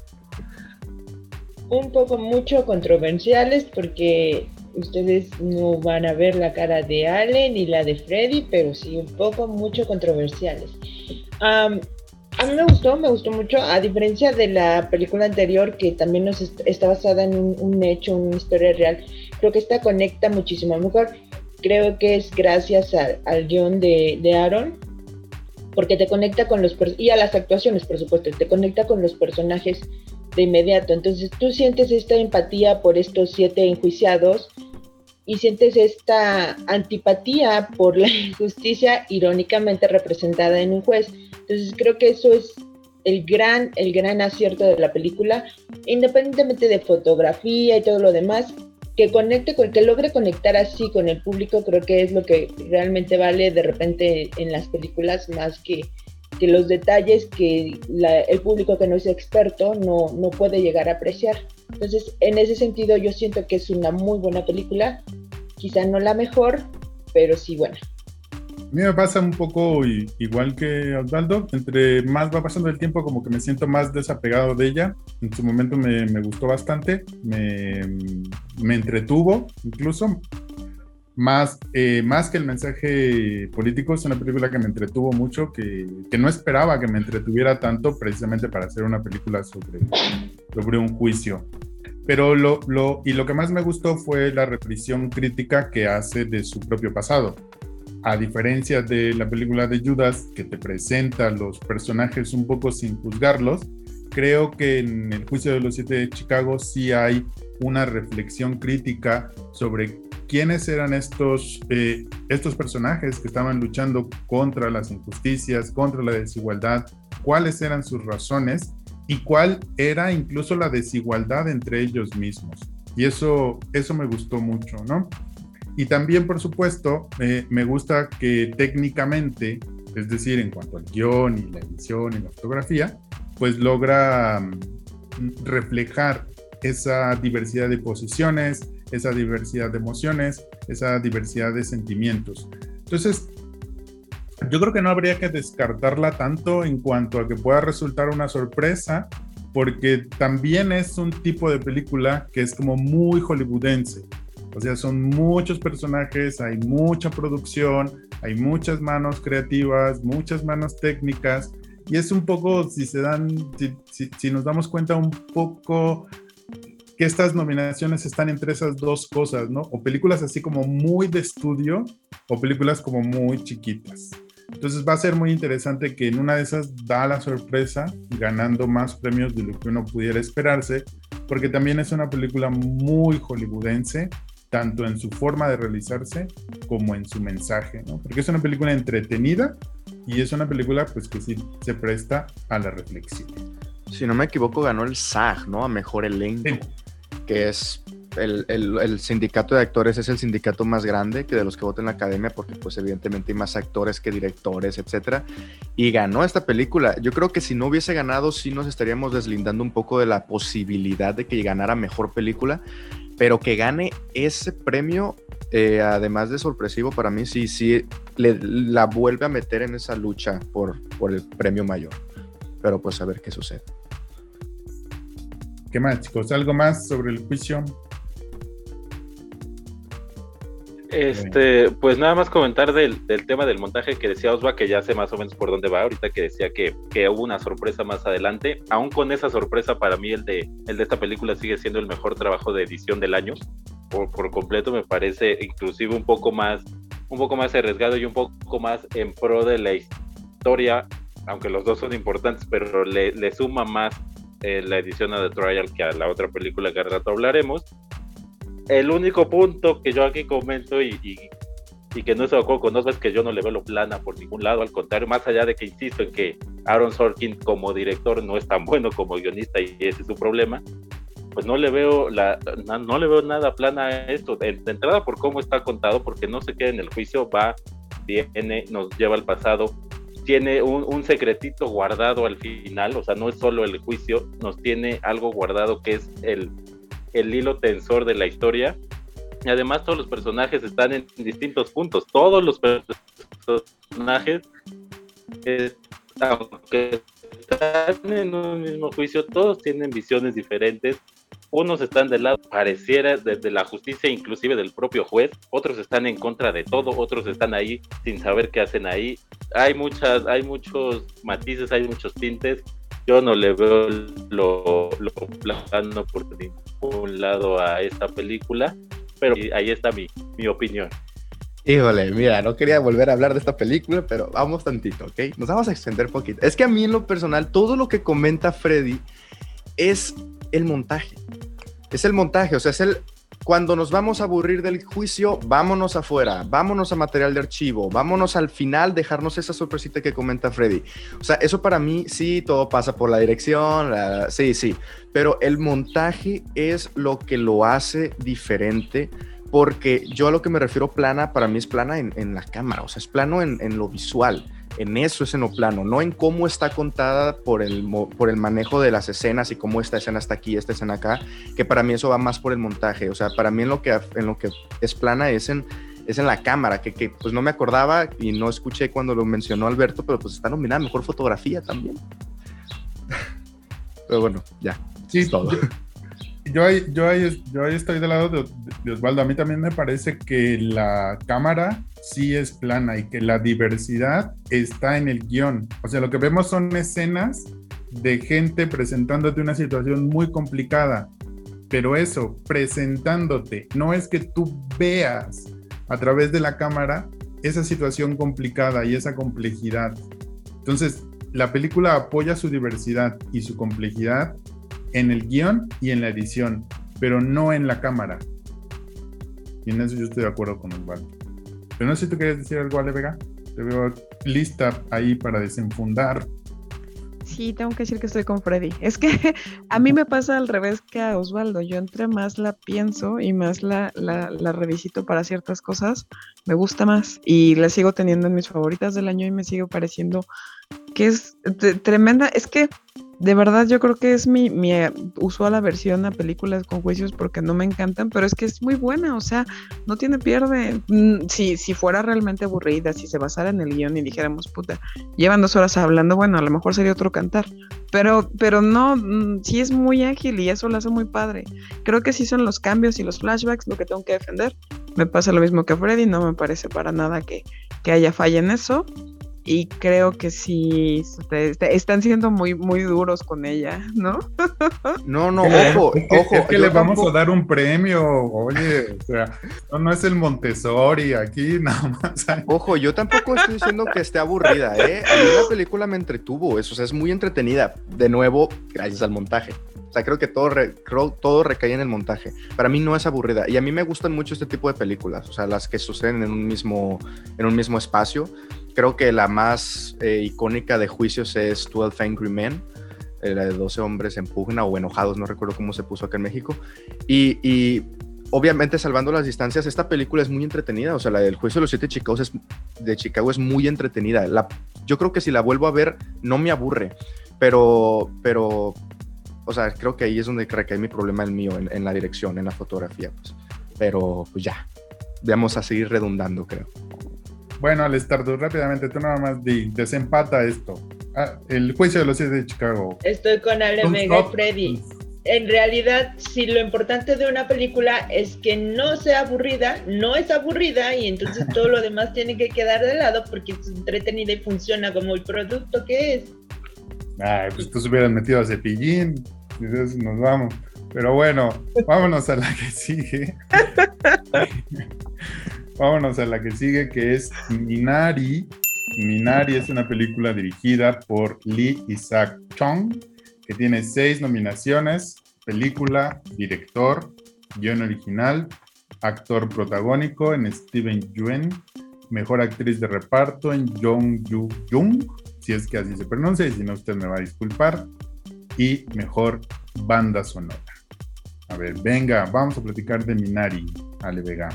S3: Un poco mucho controversiales porque ustedes no van a ver la cara de Allen y la de Freddy, pero sí un poco mucho controversiales. A mí me gustó mucho, a diferencia de la película anterior que también está basada en un hecho, una historia real. Creo que esta conecta muchísimo mejor. Creo que es gracias al guión de Aaron, porque te conecta con y a las actuaciones, por supuesto, te conecta con los personajes de inmediato. Entonces tú sientes esta empatía por estos 7 enjuiciados y sientes esta antipatía por la injusticia irónicamente representada en un juez. Entonces creo que eso es el gran acierto de la película, independientemente de fotografía y todo lo demás, que logre conectar así con el público. Creo que es lo que realmente vale de repente en las películas, más que los detalles que el público que no es experto no puede llegar a apreciar. Entonces, en ese sentido, yo siento que es una muy buena película, quizá no la mejor, pero sí buena.
S2: A mí me pasa un poco igual que Osvaldo. Entre más va pasando el tiempo, como que me siento más desapegado de ella. En su momento me gustó bastante, me entretuvo incluso. Más que el mensaje político, es una película que me entretuvo mucho, que no esperaba que me entretuviera tanto, precisamente para hacer una película sobre un juicio. Pero lo que más me gustó fue la reflexión crítica que hace de su propio pasado. A diferencia de la película de Judas, que te presenta los personajes un poco sin juzgarlos, creo que en El Juicio de los 7 de Chicago sí hay una reflexión crítica sobre quiénes eran estos personajes que estaban luchando contra las injusticias, contra la desigualdad, cuáles eran sus razones y cuál era incluso la desigualdad entre ellos mismos. Y eso me gustó mucho, ¿no? Y también, por supuesto, me gusta que técnicamente, es decir, en cuanto al guión y la edición y la fotografía, pues logra reflejar esa diversidad de posiciones, esa diversidad de emociones, esa diversidad de sentimientos. Entonces, yo creo que no habría que descartarla tanto en cuanto a que pueda resultar una sorpresa, porque también es un tipo de película que es como muy hollywoodense. O sea, son muchos personajes, hay mucha producción, hay muchas manos creativas, muchas manos técnicas, y es un poco, si nos damos cuenta un poco que estas nominaciones están entre esas dos cosas, ¿no? O películas así como muy de estudio, o películas como muy chiquitas. Entonces va a ser muy interesante que en una de esas da la sorpresa, ganando más premios de lo que uno pudiera esperarse, porque también es una película muy hollywoodense, tanto en su forma de realizarse como en su mensaje, ¿no? Porque es una película entretenida y es una película pues que sí se presta a la reflexión.
S6: Si no me equivoco, ganó el SAG, ¿no? A mejor elenco, sí. Que es el sindicato de actores, es el sindicato más grande que de los que votan en la academia, porque pues evidentemente hay más actores que directores, etcétera, y ganó esta película. Yo creo que si no hubiese ganado, sí nos estaríamos deslindando un poco de la posibilidad de que ganara mejor película, pero que gane ese premio además de sorpresivo, para mí sí la vuelve a meter en esa lucha por el premio mayor. Pero pues a ver qué sucede.
S2: ¿Qué más, chicos? ¿Algo más sobre el juicio?
S4: Pues nada más comentar del tema del montaje que decía Osva, que ya sé más o menos por dónde va ahorita, que decía que hubo una sorpresa más adelante. Aún con esa sorpresa, para mí el de esta película sigue siendo el mejor trabajo de edición del año, por completo. Me parece inclusive un poco más arriesgado y un poco más en pro de la historia, aunque los dos son importantes, pero le suma más la edición a The Trial que a la otra película que al rato hablaremos. El único punto que yo aquí comento y que no estoy de acuerdo con Osva es que yo no le veo lo plana por ningún lado, al contrario, más allá de que insisto en que Aaron Sorkin como director no es tan bueno como guionista y ese es su problema, pues no le veo nada plana a esto, de entrada por cómo está contado, porque no se queda en el juicio, va, viene, nos lleva al pasado, tiene un secretito guardado al final, o sea, no es solo el juicio, nos tiene algo guardado que es el hilo tensor de la historia, y además todos los personajes están en distintos puntos, todos los personajes aunque están en un mismo juicio, todos tienen visiones diferentes, unos están del lado, pareciera, desde la justicia, inclusive del propio juez, otros están en contra de todo, otros están ahí sin saber qué hacen ahí, hay muchos matices, hay muchos tintes. Yo no le veo lo plano por ningún lado a esta película, pero ahí está mi opinión.
S6: Híjole, mira, no quería volver a hablar de esta película, pero vamos tantito, ¿ok? Nos vamos a extender poquito. Es que a mí en lo personal, todo lo que comenta Freddy es el montaje. Es el montaje, o sea, cuando nos vamos a aburrir del juicio, vámonos afuera, vámonos a material de archivo, vámonos al final, dejarnos esa sorpresita que comenta Freddy. O sea, eso para mí, sí, todo pasa por la dirección, sí, pero el montaje es lo que lo hace diferente, porque yo a lo que me refiero plana, para mí es plana en la cámara, o sea, es plano en lo visual. En eso es en lo plano, no en cómo está contada por el manejo de las escenas y cómo esta escena está aquí, esta escena acá, que para mí eso va más por el montaje. O sea, para mí en lo que es plana es en la cámara, que pues no me acordaba y no escuché cuando lo mencionó Alberto, pero pues está nominada a Mejor Fotografía también. Pero bueno, ya,
S2: sí,
S6: es todo.
S2: Yo ahí estoy del lado de Osvaldo. A mí también me parece que la cámara sí es plana y que la diversidad está en el guión. O sea, lo que vemos son escenas de gente presentándote una situación muy complicada, pero eso, presentándote, no es que tú veas a través de la cámara esa situación complicada y esa complejidad. Entonces, la película apoya su diversidad y su complejidad en el guión y en la edición, pero no en la cámara. Y en eso yo estoy de acuerdo con Osvaldo. Pero no sé si tú quieres decir algo, Ale Vega. Te veo lista ahí para desenfundar.
S5: Sí, tengo que decir que estoy con Freddy. Es que a mí me pasa al revés que a Osvaldo. Yo entre más la pienso y más la revisito para ciertas cosas, me gusta más. Y la sigo teniendo en mis favoritas del año y me sigue pareciendo que es tremenda. Es que de verdad yo creo que es mi usual aversión a películas con juicios porque no me encantan, pero es que es muy buena, o sea, no tiene pierde. Si fuera realmente aburrida, si se basara en el guión y dijéramos, puta, llevan 2 horas hablando, bueno, a lo mejor sería otro cantar, pero no, sí es muy ágil y eso lo hace muy padre. Creo que sí son los cambios y los flashbacks lo que tengo que defender. Me pasa lo mismo que a Freddy, no me parece para nada que haya falla en eso. Y creo que sí están siendo muy, muy duros con ella, ¿no?
S6: No, ojo.
S2: Es que le vamos a dar un premio, oye, o sea, no es el Montessori, aquí nada más.
S6: Ojo, yo tampoco estoy diciendo que esté aburrida, ¿eh? A mí la película me entretuvo, o sea, es muy entretenida, de nuevo, gracias al montaje. O sea, creo que todo recae en el montaje. Para mí no es aburrida, y a mí me gustan mucho este tipo de películas, o sea, las que suceden en un mismo espacio. Creo que la más icónica de juicios es 12 Angry Men, la de 12 hombres en pugna o enojados, no recuerdo cómo se puso acá en México. Y obviamente, salvando las distancias, esta película es muy entretenida. O sea, la del juicio de los 7 de Chicago es muy entretenida. Yo creo que si la vuelvo a ver, no me aburre. Pero, o sea, creo que ahí es donde recae mi problema, el mío, en la dirección, en la fotografía. Pues. Pero, pues ya. vamos a seguir redundando, creo.
S2: Bueno, Alestardo, rápidamente, tú nada más desempata esto. El juicio de los 7 de Chicago.
S3: Estoy con Ale
S2: Don't
S3: Vega y
S2: stop.
S3: Freddy. En realidad, si lo importante de una película es que no sea aburrida, no es aburrida y entonces todo lo demás tiene que quedar de lado porque es entretenida y funciona como el producto que es.
S2: Ay, pues tú se hubieras metido a Cepillín. Y de eso nos vamos. Pero bueno, vámonos a la que sigue. Vámonos a la que sigue, que es Minari. Minari es una película dirigida por Lee Isaac Chung, que tiene 6 nominaciones: película, director, guión original, actor protagónico en Steven Yeun, mejor actriz de reparto en Jung Yoo Jung, si es que así se pronuncia, y si no, usted me va a disculpar, y mejor banda sonora. A ver, venga, vamos a platicar de Minari, Ale Vega.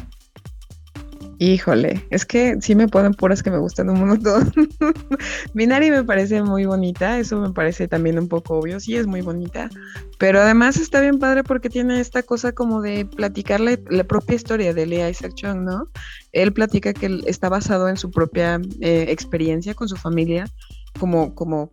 S5: Híjole, es que sí me ponen puras que me gustan un montón. Minari me parece muy bonita, eso me parece también un poco obvio, sí es muy bonita, pero además está bien padre porque tiene esta cosa como de platicar la propia historia de Lee Isaac Chung, ¿no? Él platica que está basado en su propia experiencia con su familia, como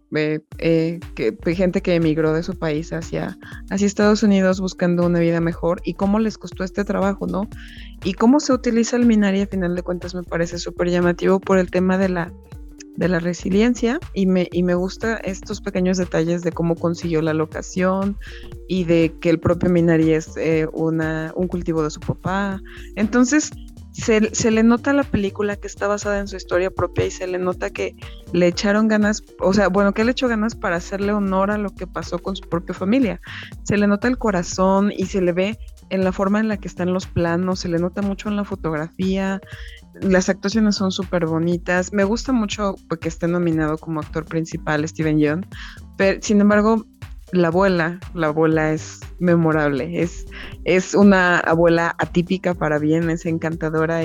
S5: gente que emigró de su país hacia Estados Unidos buscando una vida mejor y cómo les costó este trabajo, ¿no? Y cómo se utiliza el Minari, a final de cuentas, me parece súper llamativo por el tema de la resiliencia y me gusta estos pequeños detalles de cómo consiguió la locación y de que el propio Minari es un cultivo de su papá. Entonces se le nota a la película que está basada en su historia propia y se le nota que le echaron ganas, o sea, bueno, que él echó ganas para hacerle honor a lo que pasó con su propia familia. Se le nota el corazón y se le ve en la forma en la que están los planos, se le nota mucho en la fotografía, las actuaciones son súper bonitas. Me gusta mucho que esté nominado como actor principal Steven Yeun, pero sin embargo la abuela es memorable, es una abuela atípica para bien, es encantadora,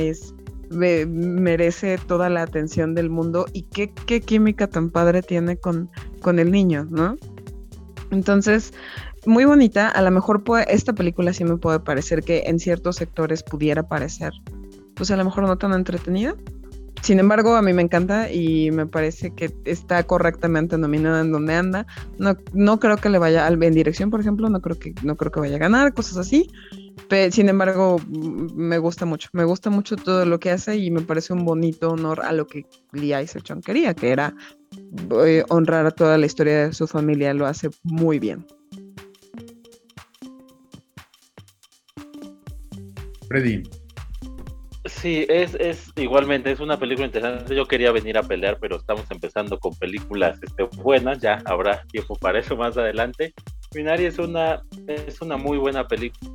S5: merece toda la atención del mundo y qué química tan padre tiene con el niño, ¿no? Entonces, muy bonita. A lo mejor esta película sí me puede parecer que en ciertos sectores pudiera parecer, pues a lo mejor no tan entretenida. Sin embargo, a mí me encanta y me parece que está correctamente nominada en donde anda. No creo que le vaya en dirección, por ejemplo, no creo que vaya a ganar, cosas así. Sin embargo, me gusta mucho todo lo que hace y me parece un bonito honor a lo que Lee Isaac Chung quería, que era honrar a toda la historia de su familia. Lo hace muy bien.
S2: Freddy.
S4: Sí, es igualmente, es una película interesante. Yo quería venir a pelear, pero estamos empezando con películas buenas, ya habrá tiempo para eso más adelante. Minari es una muy buena película.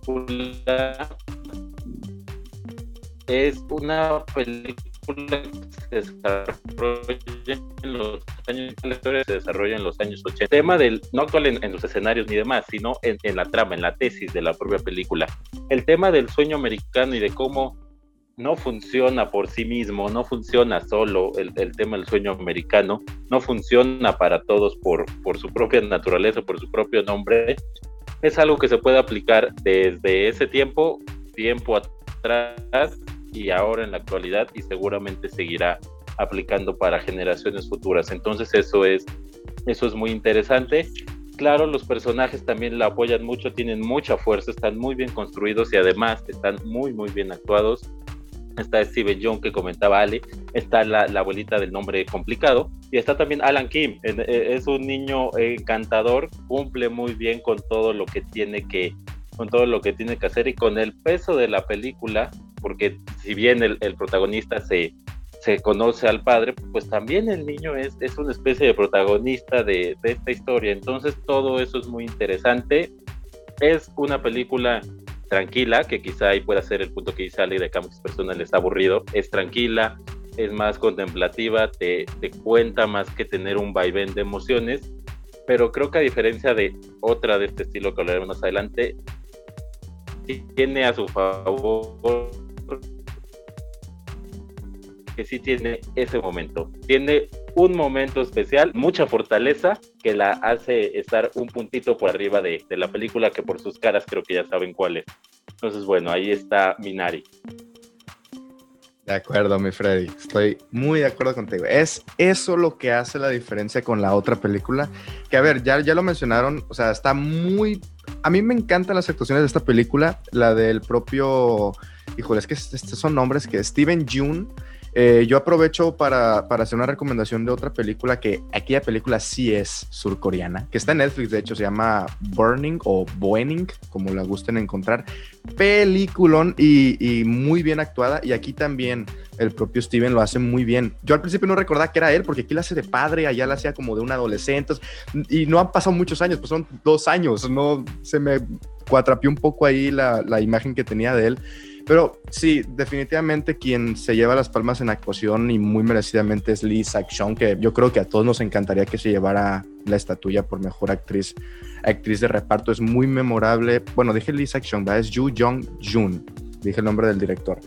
S4: Es una película que se desarrolla en los años, la historia se desarrolla en los años 80. Tema no actual en los escenarios ni demás, sino en la trama, en la tesis de la propia película. El tema del sueño americano y de cómo no funciona por sí mismo, no funciona solo el tema del sueño americano, no funciona para todos por su propia naturaleza, por su propio nombre. Es algo que se puede aplicar desde ese tiempo atrás y ahora en la actualidad, y seguramente seguirá aplicando para generaciones futuras. Entonces eso es muy interesante. Claro, los personajes también la apoyan mucho, tienen mucha fuerza, están muy bien construidos y además están muy muy bien actuados. Está Steven Yeun, que comentaba Ale, está la abuelita del nombre complicado, y está también Alan Kim. Es un niño encantador, cumple muy bien con todo lo que tiene que hacer y con el peso de la película, porque si bien el protagonista se conoce al padre, pues también el niño es una especie de protagonista de esta historia. Entonces todo eso es muy interesante. Es una película tranquila, que quizá ahí pueda ser el punto que dice Ale de que a muchas personas les está aburrido. Es tranquila, es más contemplativa, te cuenta más que tener un vaivén de emociones, pero creo que a diferencia de otra de este estilo que hablaremos más adelante, tiene a su favor que sí tiene ese momento, tiene un momento especial, mucha fortaleza que la hace estar un puntito por arriba de la película, que por sus caras creo que ya saben cuál es. Entonces bueno, ahí está Minari.
S6: De acuerdo, mi Freddy. Estoy muy de acuerdo contigo. Es eso lo que hace la diferencia con la otra película. Que a ver, ya lo mencionaron. O sea, está muy... A mí me encantan las actuaciones de esta película. La del propio... Híjole, es que estos son nombres que... Steven Yeun. Yo aprovecho para hacer una recomendación de otra película que aquella película sí es surcoreana, que está en Netflix, de hecho, se llama Burning o Boening, como la gusten encontrar. Peliculón y muy bien actuada, y aquí también el propio Steven lo hace muy bien. Yo al principio no recordaba que era él, porque aquí la hace de padre, allá la hacía como de un adolescente, y no han pasado muchos años, pues son 2 años, no se me cuatrapió un poco ahí la imagen que tenía de él. Pero sí, definitivamente quien se lleva las palmas en actuación y muy merecidamente es Lee Sak-chong, que yo creo que a todos nos encantaría que se llevara la estatuilla por mejor actriz de reparto. Es muy memorable. Bueno, dije Lee Sak-chong, ¿verdad? Es Yoo Jong-jun, dije el nombre del director.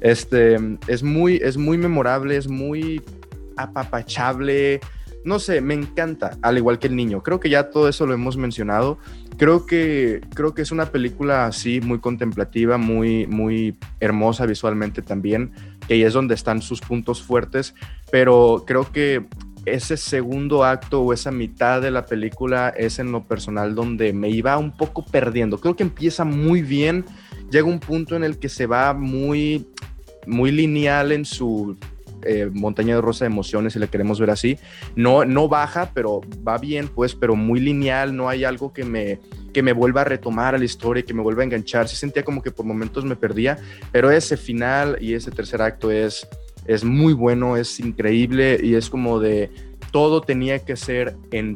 S6: Es muy memorable, es muy apapachable. No sé, me encanta, al igual que el niño. Creo que ya todo eso lo hemos mencionado. Creo que es una película así muy contemplativa, muy hermosa visualmente también, que ahí es donde están sus puntos fuertes, pero creo que ese segundo acto o esa mitad de la película es en lo personal donde me iba un poco perdiendo. Creo que empieza muy bien, llega un punto en el que se va muy lineal en su... montaña rusa de emociones, si la queremos ver así, no baja, pero va bien, pues, pero muy lineal. No hay algo que me vuelva a retomar a la historia, que me vuelva a enganchar. Sí sentía como que por momentos me perdía, pero ese final y ese tercer acto es muy bueno, es increíble, y es como de todo tenía que ser en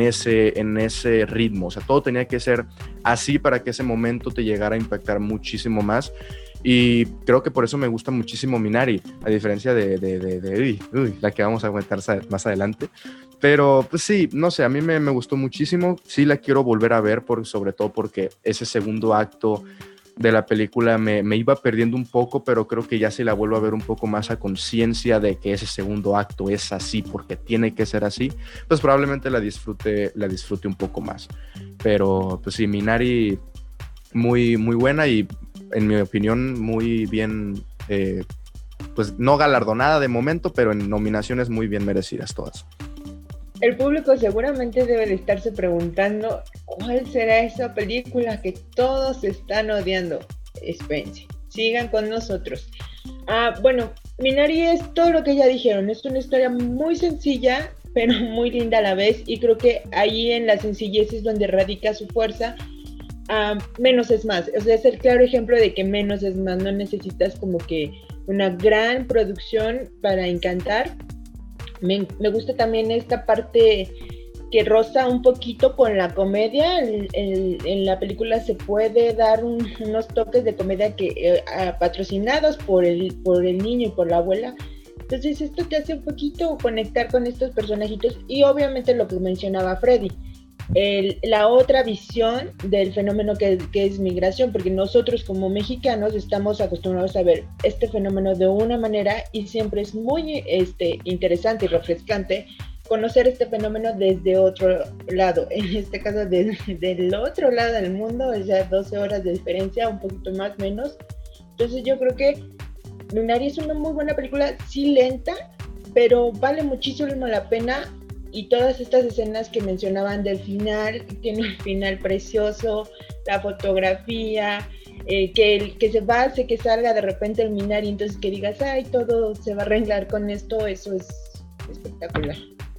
S6: ese ritmo, o sea, todo tenía que ser así para que ese momento te llegara a impactar muchísimo más. Y creo que por eso me gusta muchísimo Minari, a diferencia de la que vamos a comentar más adelante. Pero pues sí, no sé, a mí me gustó muchísimo. Sí la quiero volver a ver, sobre todo porque ese segundo acto de la película me iba perdiendo un poco, pero creo que ya si la vuelvo a ver un poco más a conciencia de que ese segundo acto es así porque tiene que ser así, pues probablemente la disfrute un poco más. Pero pues sí, Minari muy buena, y en mi opinión muy bien, pues no galardonada de momento, pero en nominaciones muy bien merecidas todas.
S3: El público seguramente debe de estarse preguntando cuál será esa película que todos están odiando. Espérense, sigan con nosotros. Bueno, Minari es todo lo que ya dijeron, es una historia muy sencilla, pero muy linda a la vez, y creo que ahí en la sencillez es donde radica su fuerza. Menos es más, o sea, es el claro ejemplo de que menos es más. No necesitas como que una gran producción para encantar. Me gusta también esta parte que roza un poquito con la comedia. En la película se puede dar unos toques de comedia que patrocinados por el niño y por la abuela. Entonces esto te hace un poquito conectar con estos personajitos, y obviamente lo que mencionaba Freddy, la otra visión del fenómeno que es migración, porque nosotros como mexicanos estamos acostumbrados a ver este fenómeno de una manera, y siempre es muy interesante y refrescante conocer este fenómeno desde otro lado, en este caso del otro lado del mundo, o sea, 12 horas de diferencia, un poquito más, menos. Entonces yo creo que Minari es una muy buena película, sí lenta, pero vale muchísimo la pena. Y todas estas escenas que mencionaban del final, tiene un final precioso, la fotografía, que se hace que salga de repente el Minari, entonces que digas, ay, todo se va a arreglar con esto, eso es espectacular.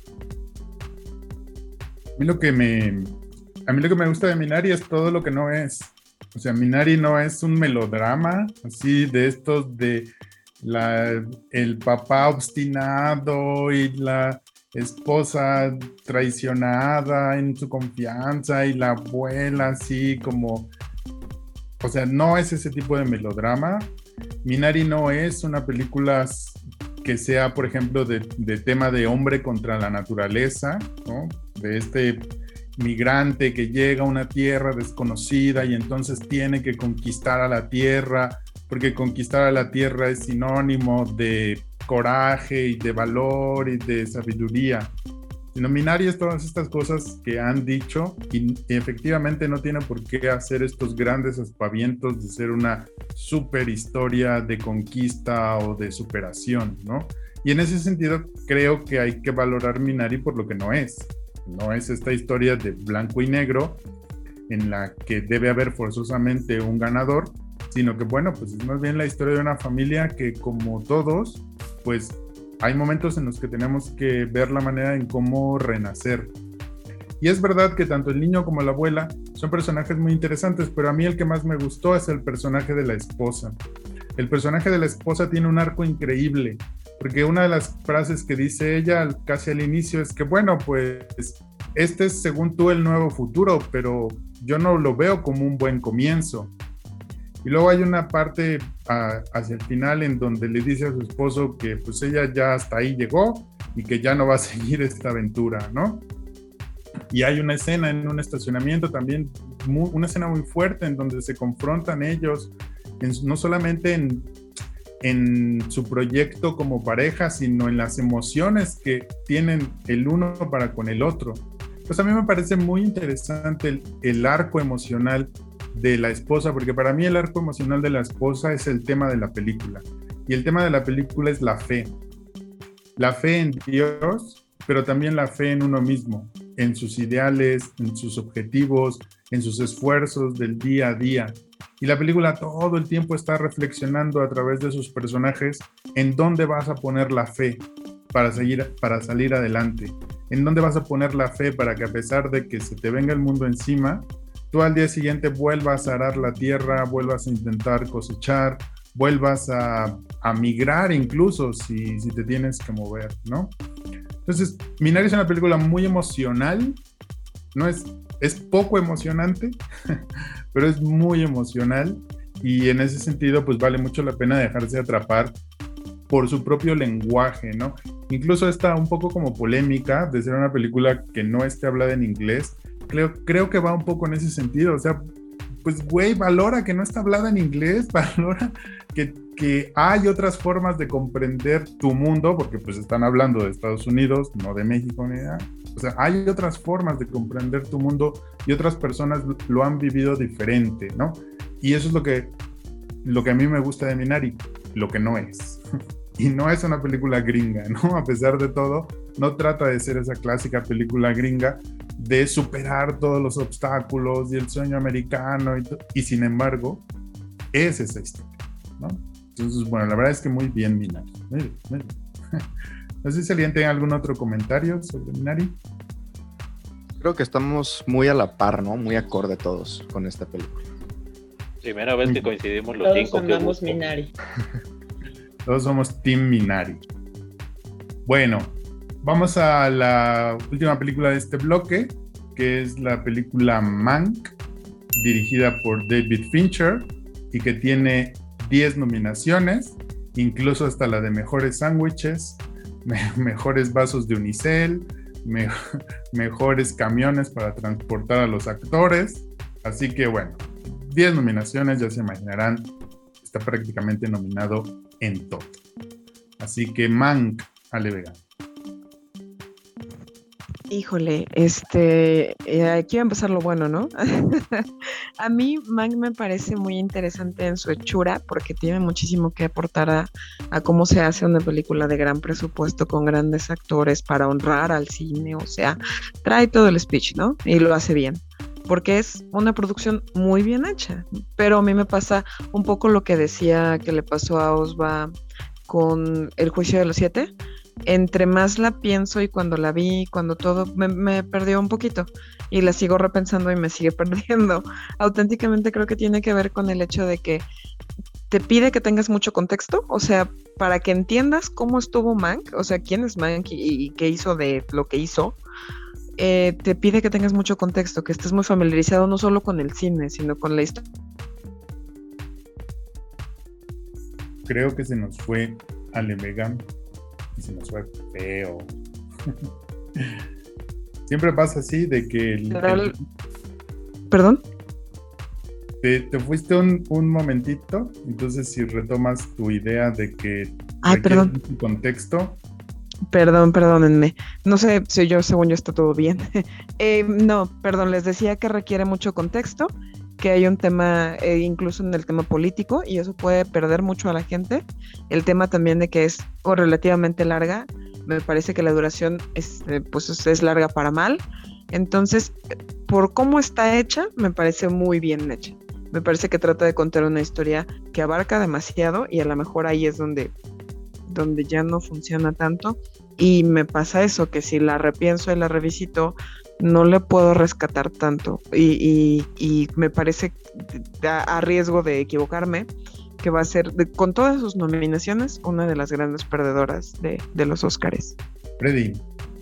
S2: A mí lo que me gusta de Minari es todo lo que no es. O sea, Minari no es un melodrama, así de estos de el papá obstinado y la esposa traicionada en su confianza y la abuela así como... O sea, no es ese tipo de melodrama. Minari no es una película que sea, por ejemplo, de tema de hombre contra la naturaleza, ¿no? De este migrante que llega a una tierra desconocida y entonces tiene que conquistar a la tierra, porque conquistar a la tierra es sinónimo de coraje y de valor y de sabiduría. sino Minari es todas estas cosas que han dicho y efectivamente no tiene por qué hacer estos grandes aspavientos de ser una super historia de conquista o de superación, ¿no? Y en ese sentido creo que hay que valorar Minari por lo que no es. No es esta historia de blanco y negro en la que debe haber forzosamente un ganador, sino que bueno, pues es más bien la historia de una familia que como todos, pues hay momentos en los que tenemos que ver la manera en cómo renacer. Y es verdad que tanto el niño como la abuela son personajes muy interesantes, pero a mí el que más me gustó es el personaje de la esposa. El personaje de la esposa tiene un arco increíble, porque una de las frases que dice ella casi al inicio es que, bueno, pues este es según tú el nuevo futuro, pero yo no lo veo como un buen comienzo. Y luego hay una parte hacia el final en donde le dice a su esposo que pues ella ya hasta ahí llegó y que ya no va a seguir esta aventura, ¿no? Y hay una escena en un estacionamiento también, una escena muy fuerte en donde se confrontan ellos, no solamente en su proyecto como pareja, sino en las emociones que tienen el uno para con el otro. Pues a mí me parece muy interesante el arco emocional de la esposa, porque para mí el arco emocional de la esposa es el tema de la película. Y el tema de la película es la fe. La fe en Dios, pero también la fe en uno mismo, en sus ideales, en sus objetivos, en sus esfuerzos del día a día. Y la película todo el tiempo está reflexionando a través de sus personajes en dónde vas a poner la fe para salir adelante. En dónde vas a poner la fe para que a pesar de que se te venga el mundo encima, tú al día siguiente vuelvas a arar la tierra, vuelvas a intentar cosechar, vuelvas a migrar incluso si te tienes que mover, ¿no? Entonces, Minari es una película muy emocional, no es poco emocionante, pero es muy emocional y en ese sentido pues vale mucho la pena dejarse atrapar por su propio lenguaje, ¿no? Incluso está un poco como polémica de ser una película que no esté hablada en inglés. Creo que va un poco en ese sentido, o sea, pues güey, valora que no está hablada en inglés, valora que hay otras formas de comprender tu mundo, porque pues están hablando de Estados Unidos, no de México ni nada. O sea, hay otras formas de comprender tu mundo y otras personas lo han vivido diferente, ¿no? Y eso es lo que a mí me gusta de Minari, lo que no es. Y no es una película gringa, ¿no? A pesar de todo, no trata de ser esa clásica película gringa de superar todos los obstáculos y el sueño americano y sin embargo, es esa historia, ¿no? Entonces, bueno, la verdad es que muy bien Minari. Muy bien, muy bien. No sé si alguien tiene algún otro comentario sobre Minari.
S6: Creo que estamos muy a la par, ¿no? Muy acorde todos con esta película.
S4: Primera vez que coincidimos los
S3: Todos
S4: 5.
S3: amamos Minari.
S2: Todos somos Team Minari. Bueno, vamos a la última película de este bloque, que es la película Mank, dirigida por David Fincher y que tiene 10 nominaciones, incluso hasta la de mejores sándwiches, mejores vasos de unicel, mejores camiones para transportar a los actores. Así que bueno, 10 nominaciones, ya se imaginarán, está prácticamente nominado en todo. Así que Mank, Ale Vega.
S5: Híjole, aquí va a empezar lo bueno, ¿no? A mí Mank me parece muy interesante en su hechura porque tiene muchísimo que aportar a cómo se hace una película de gran presupuesto con grandes actores para honrar al cine, o sea, trae todo el speech, ¿no? Y lo hace bien, porque es una producción muy bien hecha, pero a mí me pasa un poco lo que decía que le pasó a Osva con El Juicio de los Siete. Entre más la pienso y cuando la vi, cuando todo me perdió un poquito y la sigo repensando y me sigue perdiendo. Auténticamente creo que tiene que ver con el hecho de que te pide que tengas mucho contexto, o sea, para que entiendas cómo estuvo Mank, o sea, quién es Mank y qué hizo de lo que hizo, te pide que tengas mucho contexto, que estés muy familiarizado no solo con el cine, sino con la historia.
S2: Creo que se nos fue Ale Vega. Se nos fue feo. Siempre pasa así de que
S5: ¿Perdón?
S2: Te fuiste un momentito, entonces si retomas tu idea de que
S5: perdón.
S2: un contexto.
S5: Perdónenme. No sé si según yo está todo bien. No, perdón, les decía que requiere mucho contexto, que hay un tema, incluso en el tema político, y eso puede perder mucho a la gente. El tema también de que es relativamente larga, me parece que la duración pues es larga para mal. Entonces, por cómo está hecha, me parece muy bien hecha. Me parece que trata de contar una historia que abarca demasiado y a lo mejor ahí es donde ya no funciona tanto. Y me pasa eso, que si la repienso y la revisito, no le puedo rescatar tanto. Y me parece, a riesgo de equivocarme, que va a ser, con todas sus nominaciones, una de las grandes perdedoras de los Óscares.
S2: Freddy.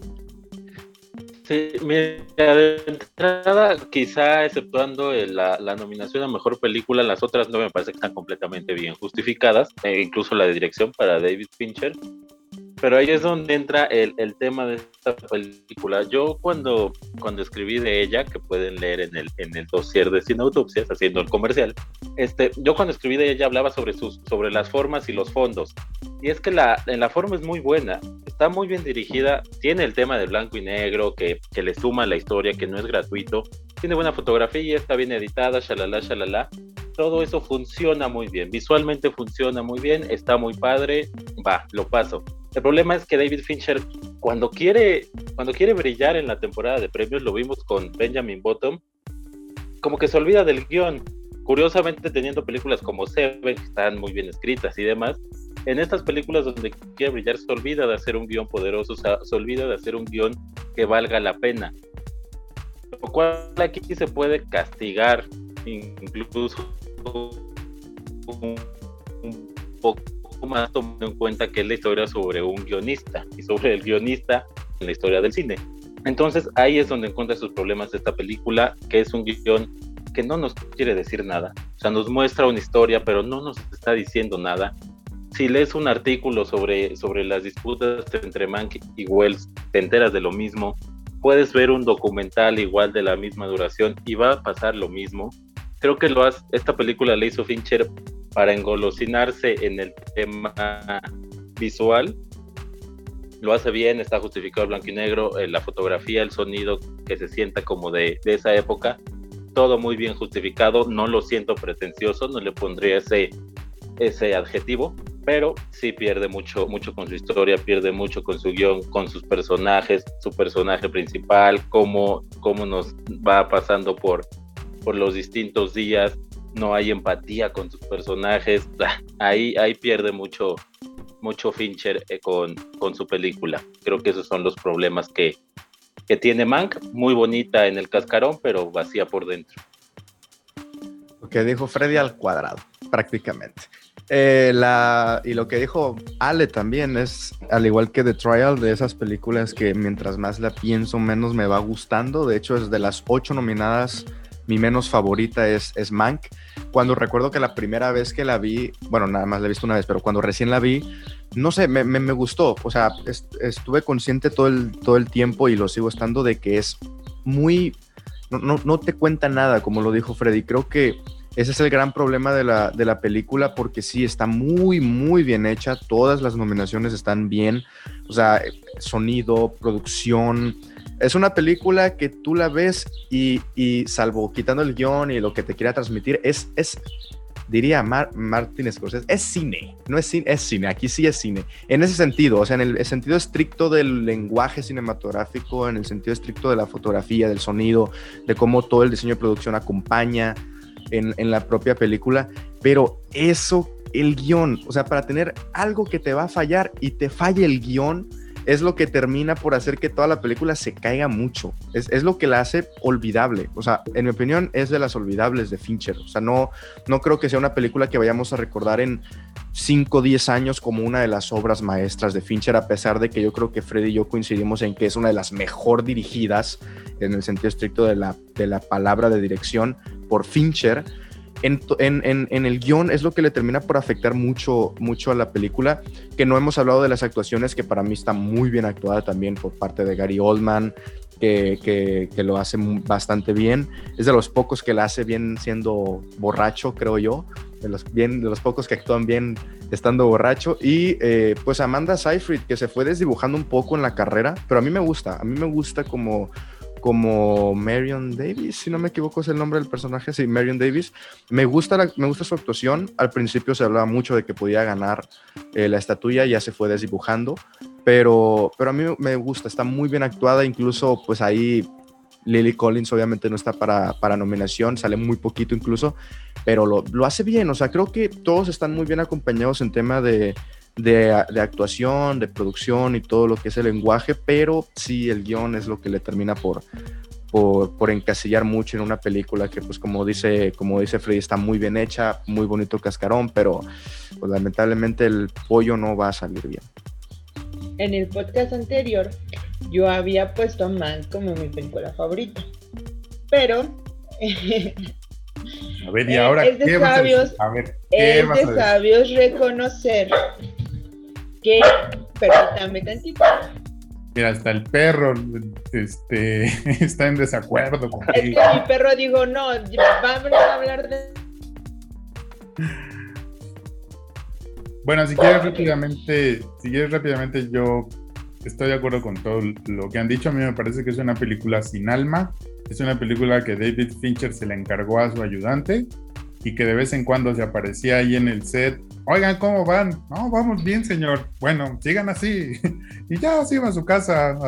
S4: Sí, mira, de entrada, quizá exceptuando la nominación a Mejor Película, las otras no me parece que están completamente bien justificadas, incluso la de dirección para David Fincher. Pero ahí es donde entra el tema de esta película. Yo cuando escribí de ella, que pueden leer en el dossier de Cine Autopsias, haciendo el comercial, yo cuando escribí de ella hablaba sobre las formas y los fondos. Y es que la forma es muy buena, está muy bien dirigida, tiene el tema de blanco y negro que le suma a la historia, que no es gratuito, tiene buena fotografía, está bien editada, shalala. Todo eso funciona muy bien, visualmente funciona muy bien, está muy padre, lo paso. El problema es que David Fincher, cuando quiere brillar en la temporada de premios, lo vimos con Benjamin Button, como que se olvida del guión. Curiosamente, teniendo películas como Seven, que están muy bien escritas y demás, en estas películas donde quiere brillar se olvida de hacer un guión poderoso, se olvida de hacer un guión que valga la pena. Lo cual aquí se puede castigar, incluso un poco más, tomando en cuenta que es la historia sobre un guionista y sobre el guionista en la historia del cine. Entonces ahí es donde encuentra sus problemas de esta película, que es un guión que no nos quiere decir nada, o sea, nos muestra una historia pero no nos está diciendo nada. Si lees un artículo sobre las disputas entre Mank y Wells, te enteras de lo mismo. Puedes ver un documental igual de la misma duración y va a pasar lo mismo. Creo que esta película la hizo Fincher para engolosinarse en el tema visual. Lo hace bien, está justificado el blanco y negro, la fotografía, el sonido que se sienta como de esa época, todo muy bien justificado. No lo siento pretencioso, no le pondría ese adjetivo, pero sí pierde mucho con su historia, pierde mucho con su guión, con sus personajes, su personaje principal, cómo nos va pasando por los distintos días. No hay empatía con sus personajes. Ahí pierde mucho Fincher con su película. Creo que esos son los problemas que tiene Mank, muy bonita en el cascarón, pero vacía por dentro.
S6: Lo que dijo Freddy al cuadrado, prácticamente. Y lo que dijo Ale también es, al igual que The Trial, de esas películas que mientras más la pienso, menos me va gustando. De hecho, es de las 8 nominadas, mi menos favorita es Mank. Cuando recuerdo que la primera vez que la vi, bueno, nada más la he visto una vez, pero cuando recién la vi, no sé, me gustó. O sea, estuve consciente todo el tiempo y lo sigo estando de que es muy... No te cuenta nada, como lo dijo Freddy. Creo que ese es el gran problema de la película, porque sí, está muy, muy bien hecha. Todas las nominaciones están bien. O sea, sonido, producción. Es una película que tú la ves y salvo quitando el guión y lo que te quiera transmitir, diría Martin Scorsese, es cine. No es cine, es cine. Aquí sí es cine. En ese sentido, o sea, en el sentido estricto del lenguaje cinematográfico, en el sentido estricto de la fotografía, del sonido, de cómo todo el diseño de producción acompaña en la propia película. Pero eso, el guión, o sea, para tener algo que te va a fallar y te falle el guión, es lo que termina por hacer que toda la película se caiga mucho. Es lo que la hace olvidable. O sea, en mi opinión, es de las olvidables de Fincher. O sea, no creo que sea una película que vayamos a recordar en 5 o 10 años como una de las obras maestras de Fincher, a pesar de que yo creo que Freddy y yo coincidimos en que es una de las mejor dirigidas, en el sentido estricto de la palabra de dirección, por Fincher. En el guión es lo que le termina por afectar mucho a la película, que no hemos hablado de las actuaciones, que para mí está muy bien actuada también por parte de Gary Oldman, que lo hace bastante bien. Es de los pocos que la hace bien siendo borracho, creo yo, de los pocos que actúan bien estando borracho. Y pues Amanda Seyfried, que se fue desdibujando un poco en la carrera, pero a mí me gusta como Marion Davies, si no me equivoco es el nombre del personaje, sí, Marion Davies. Me gusta su actuación. Al principio se hablaba mucho de que podía ganar la estatuilla, ya se fue desdibujando, pero a mí me gusta, está muy bien actuada. Incluso pues ahí Lily Collins obviamente no está para nominación, sale muy poquito incluso, pero lo hace bien. O sea, creo que todos están muy bien acompañados en tema de actuación, de producción y todo lo que es el lenguaje, pero sí, el guión es lo que le termina por encasillar mucho en una película que, pues como dice Freddy, está muy bien hecha, muy bonito cascarón, pero pues lamentablemente el pollo no va a salir bien.
S3: En el podcast anterior yo había puesto a Mank como mi película favorita, pero
S2: a ver, ¿y ahora
S3: es de
S2: qué
S3: sabios,
S2: vas a decir? A ver, ¿qué vas a decir?
S3: Sabios reconocer que, permítame tantito.
S2: Mira, hasta el perro está en desacuerdo contigo.
S3: Es que mi perro dijo, no, vamos a hablar de...
S2: Bueno, si quieres rápidamente, yo estoy de acuerdo con todo lo que han dicho. A mí me parece que es una película sin alma. Es una película que David Fincher se le encargó a su ayudante y que de vez en cuando se aparecía ahí en el set. Oigan, ¿cómo van? No, vamos bien, señor. Bueno, sigan así. Y ya se iba a su casa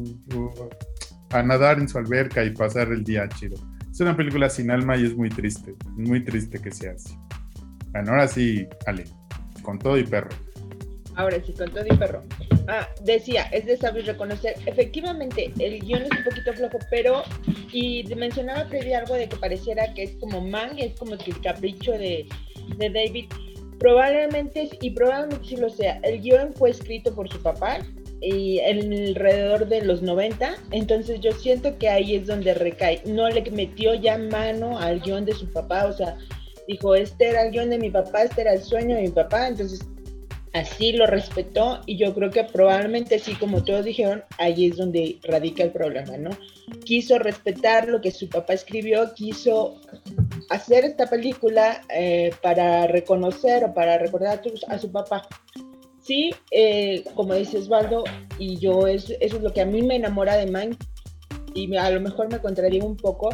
S2: a nadar en su alberca y pasar el día chido. Es una película sin alma y es muy triste que sea así. Bueno, ahora sí, Ale, con todo y perro.
S3: Ahora sí, con todo y perro. Decía, es de sabios reconocer. Efectivamente, el guión es un poquito flojo, pero, y mencionaba Freddy algo de que pareciera que es como Mank, es como que el capricho de David. Probablemente sí lo sea. El guión fue escrito por su papá y alrededor de los 90, entonces yo siento que ahí es donde recae. No le metió ya mano al guión de su papá, o sea, dijo, este era el guión de mi papá, este era el sueño de mi papá, entonces así lo respetó y yo creo que probablemente sí, como todos dijeron, ahí es donde radica el problema, ¿no? Quiso respetar lo que su papá escribió, quiso hacer esta película para reconocer o para recordar a su papá. Sí, como dice Osvaldo, y yo, eso es lo que a mí me enamora de Mank, y a lo mejor me contradigo un poco,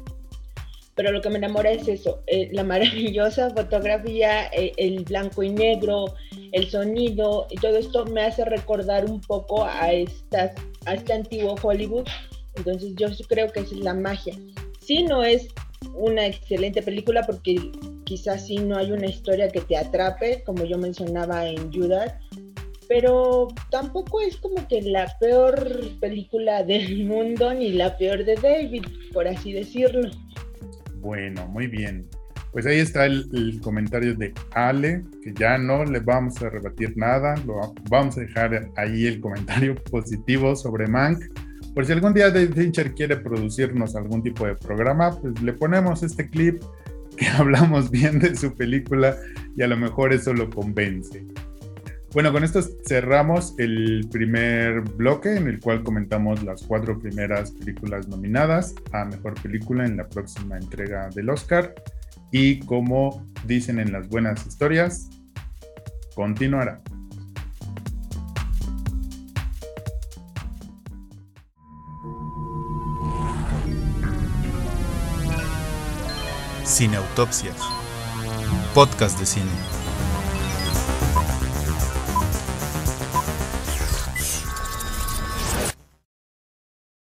S3: pero lo que me enamora es eso, la maravillosa fotografía, el blanco y negro, el sonido, y todo esto me hace recordar un poco a este antiguo Hollywood. Entonces yo creo que esa es la magia. Sí, no es una excelente película porque quizás sí no hay una historia que te atrape, como yo mencionaba en Judas, pero tampoco es como que la peor película del mundo ni la peor de David, por así decirlo.
S2: Bueno, muy bien. Pues ahí está el comentario de Ale, que ya no le vamos a rebatir nada, vamos a dejar ahí el comentario positivo sobre Mank. Por si algún día David Fincher quiere producirnos algún tipo de programa, pues le ponemos este clip que hablamos bien de su película y a lo mejor eso lo convence. Bueno, con esto cerramos el primer bloque en el cual comentamos las 4 primeras películas nominadas a Mejor Película en la próxima entrega del Oscar. Y como dicen en las buenas historias, continuará.
S1: Cineautopsias, podcast de cine.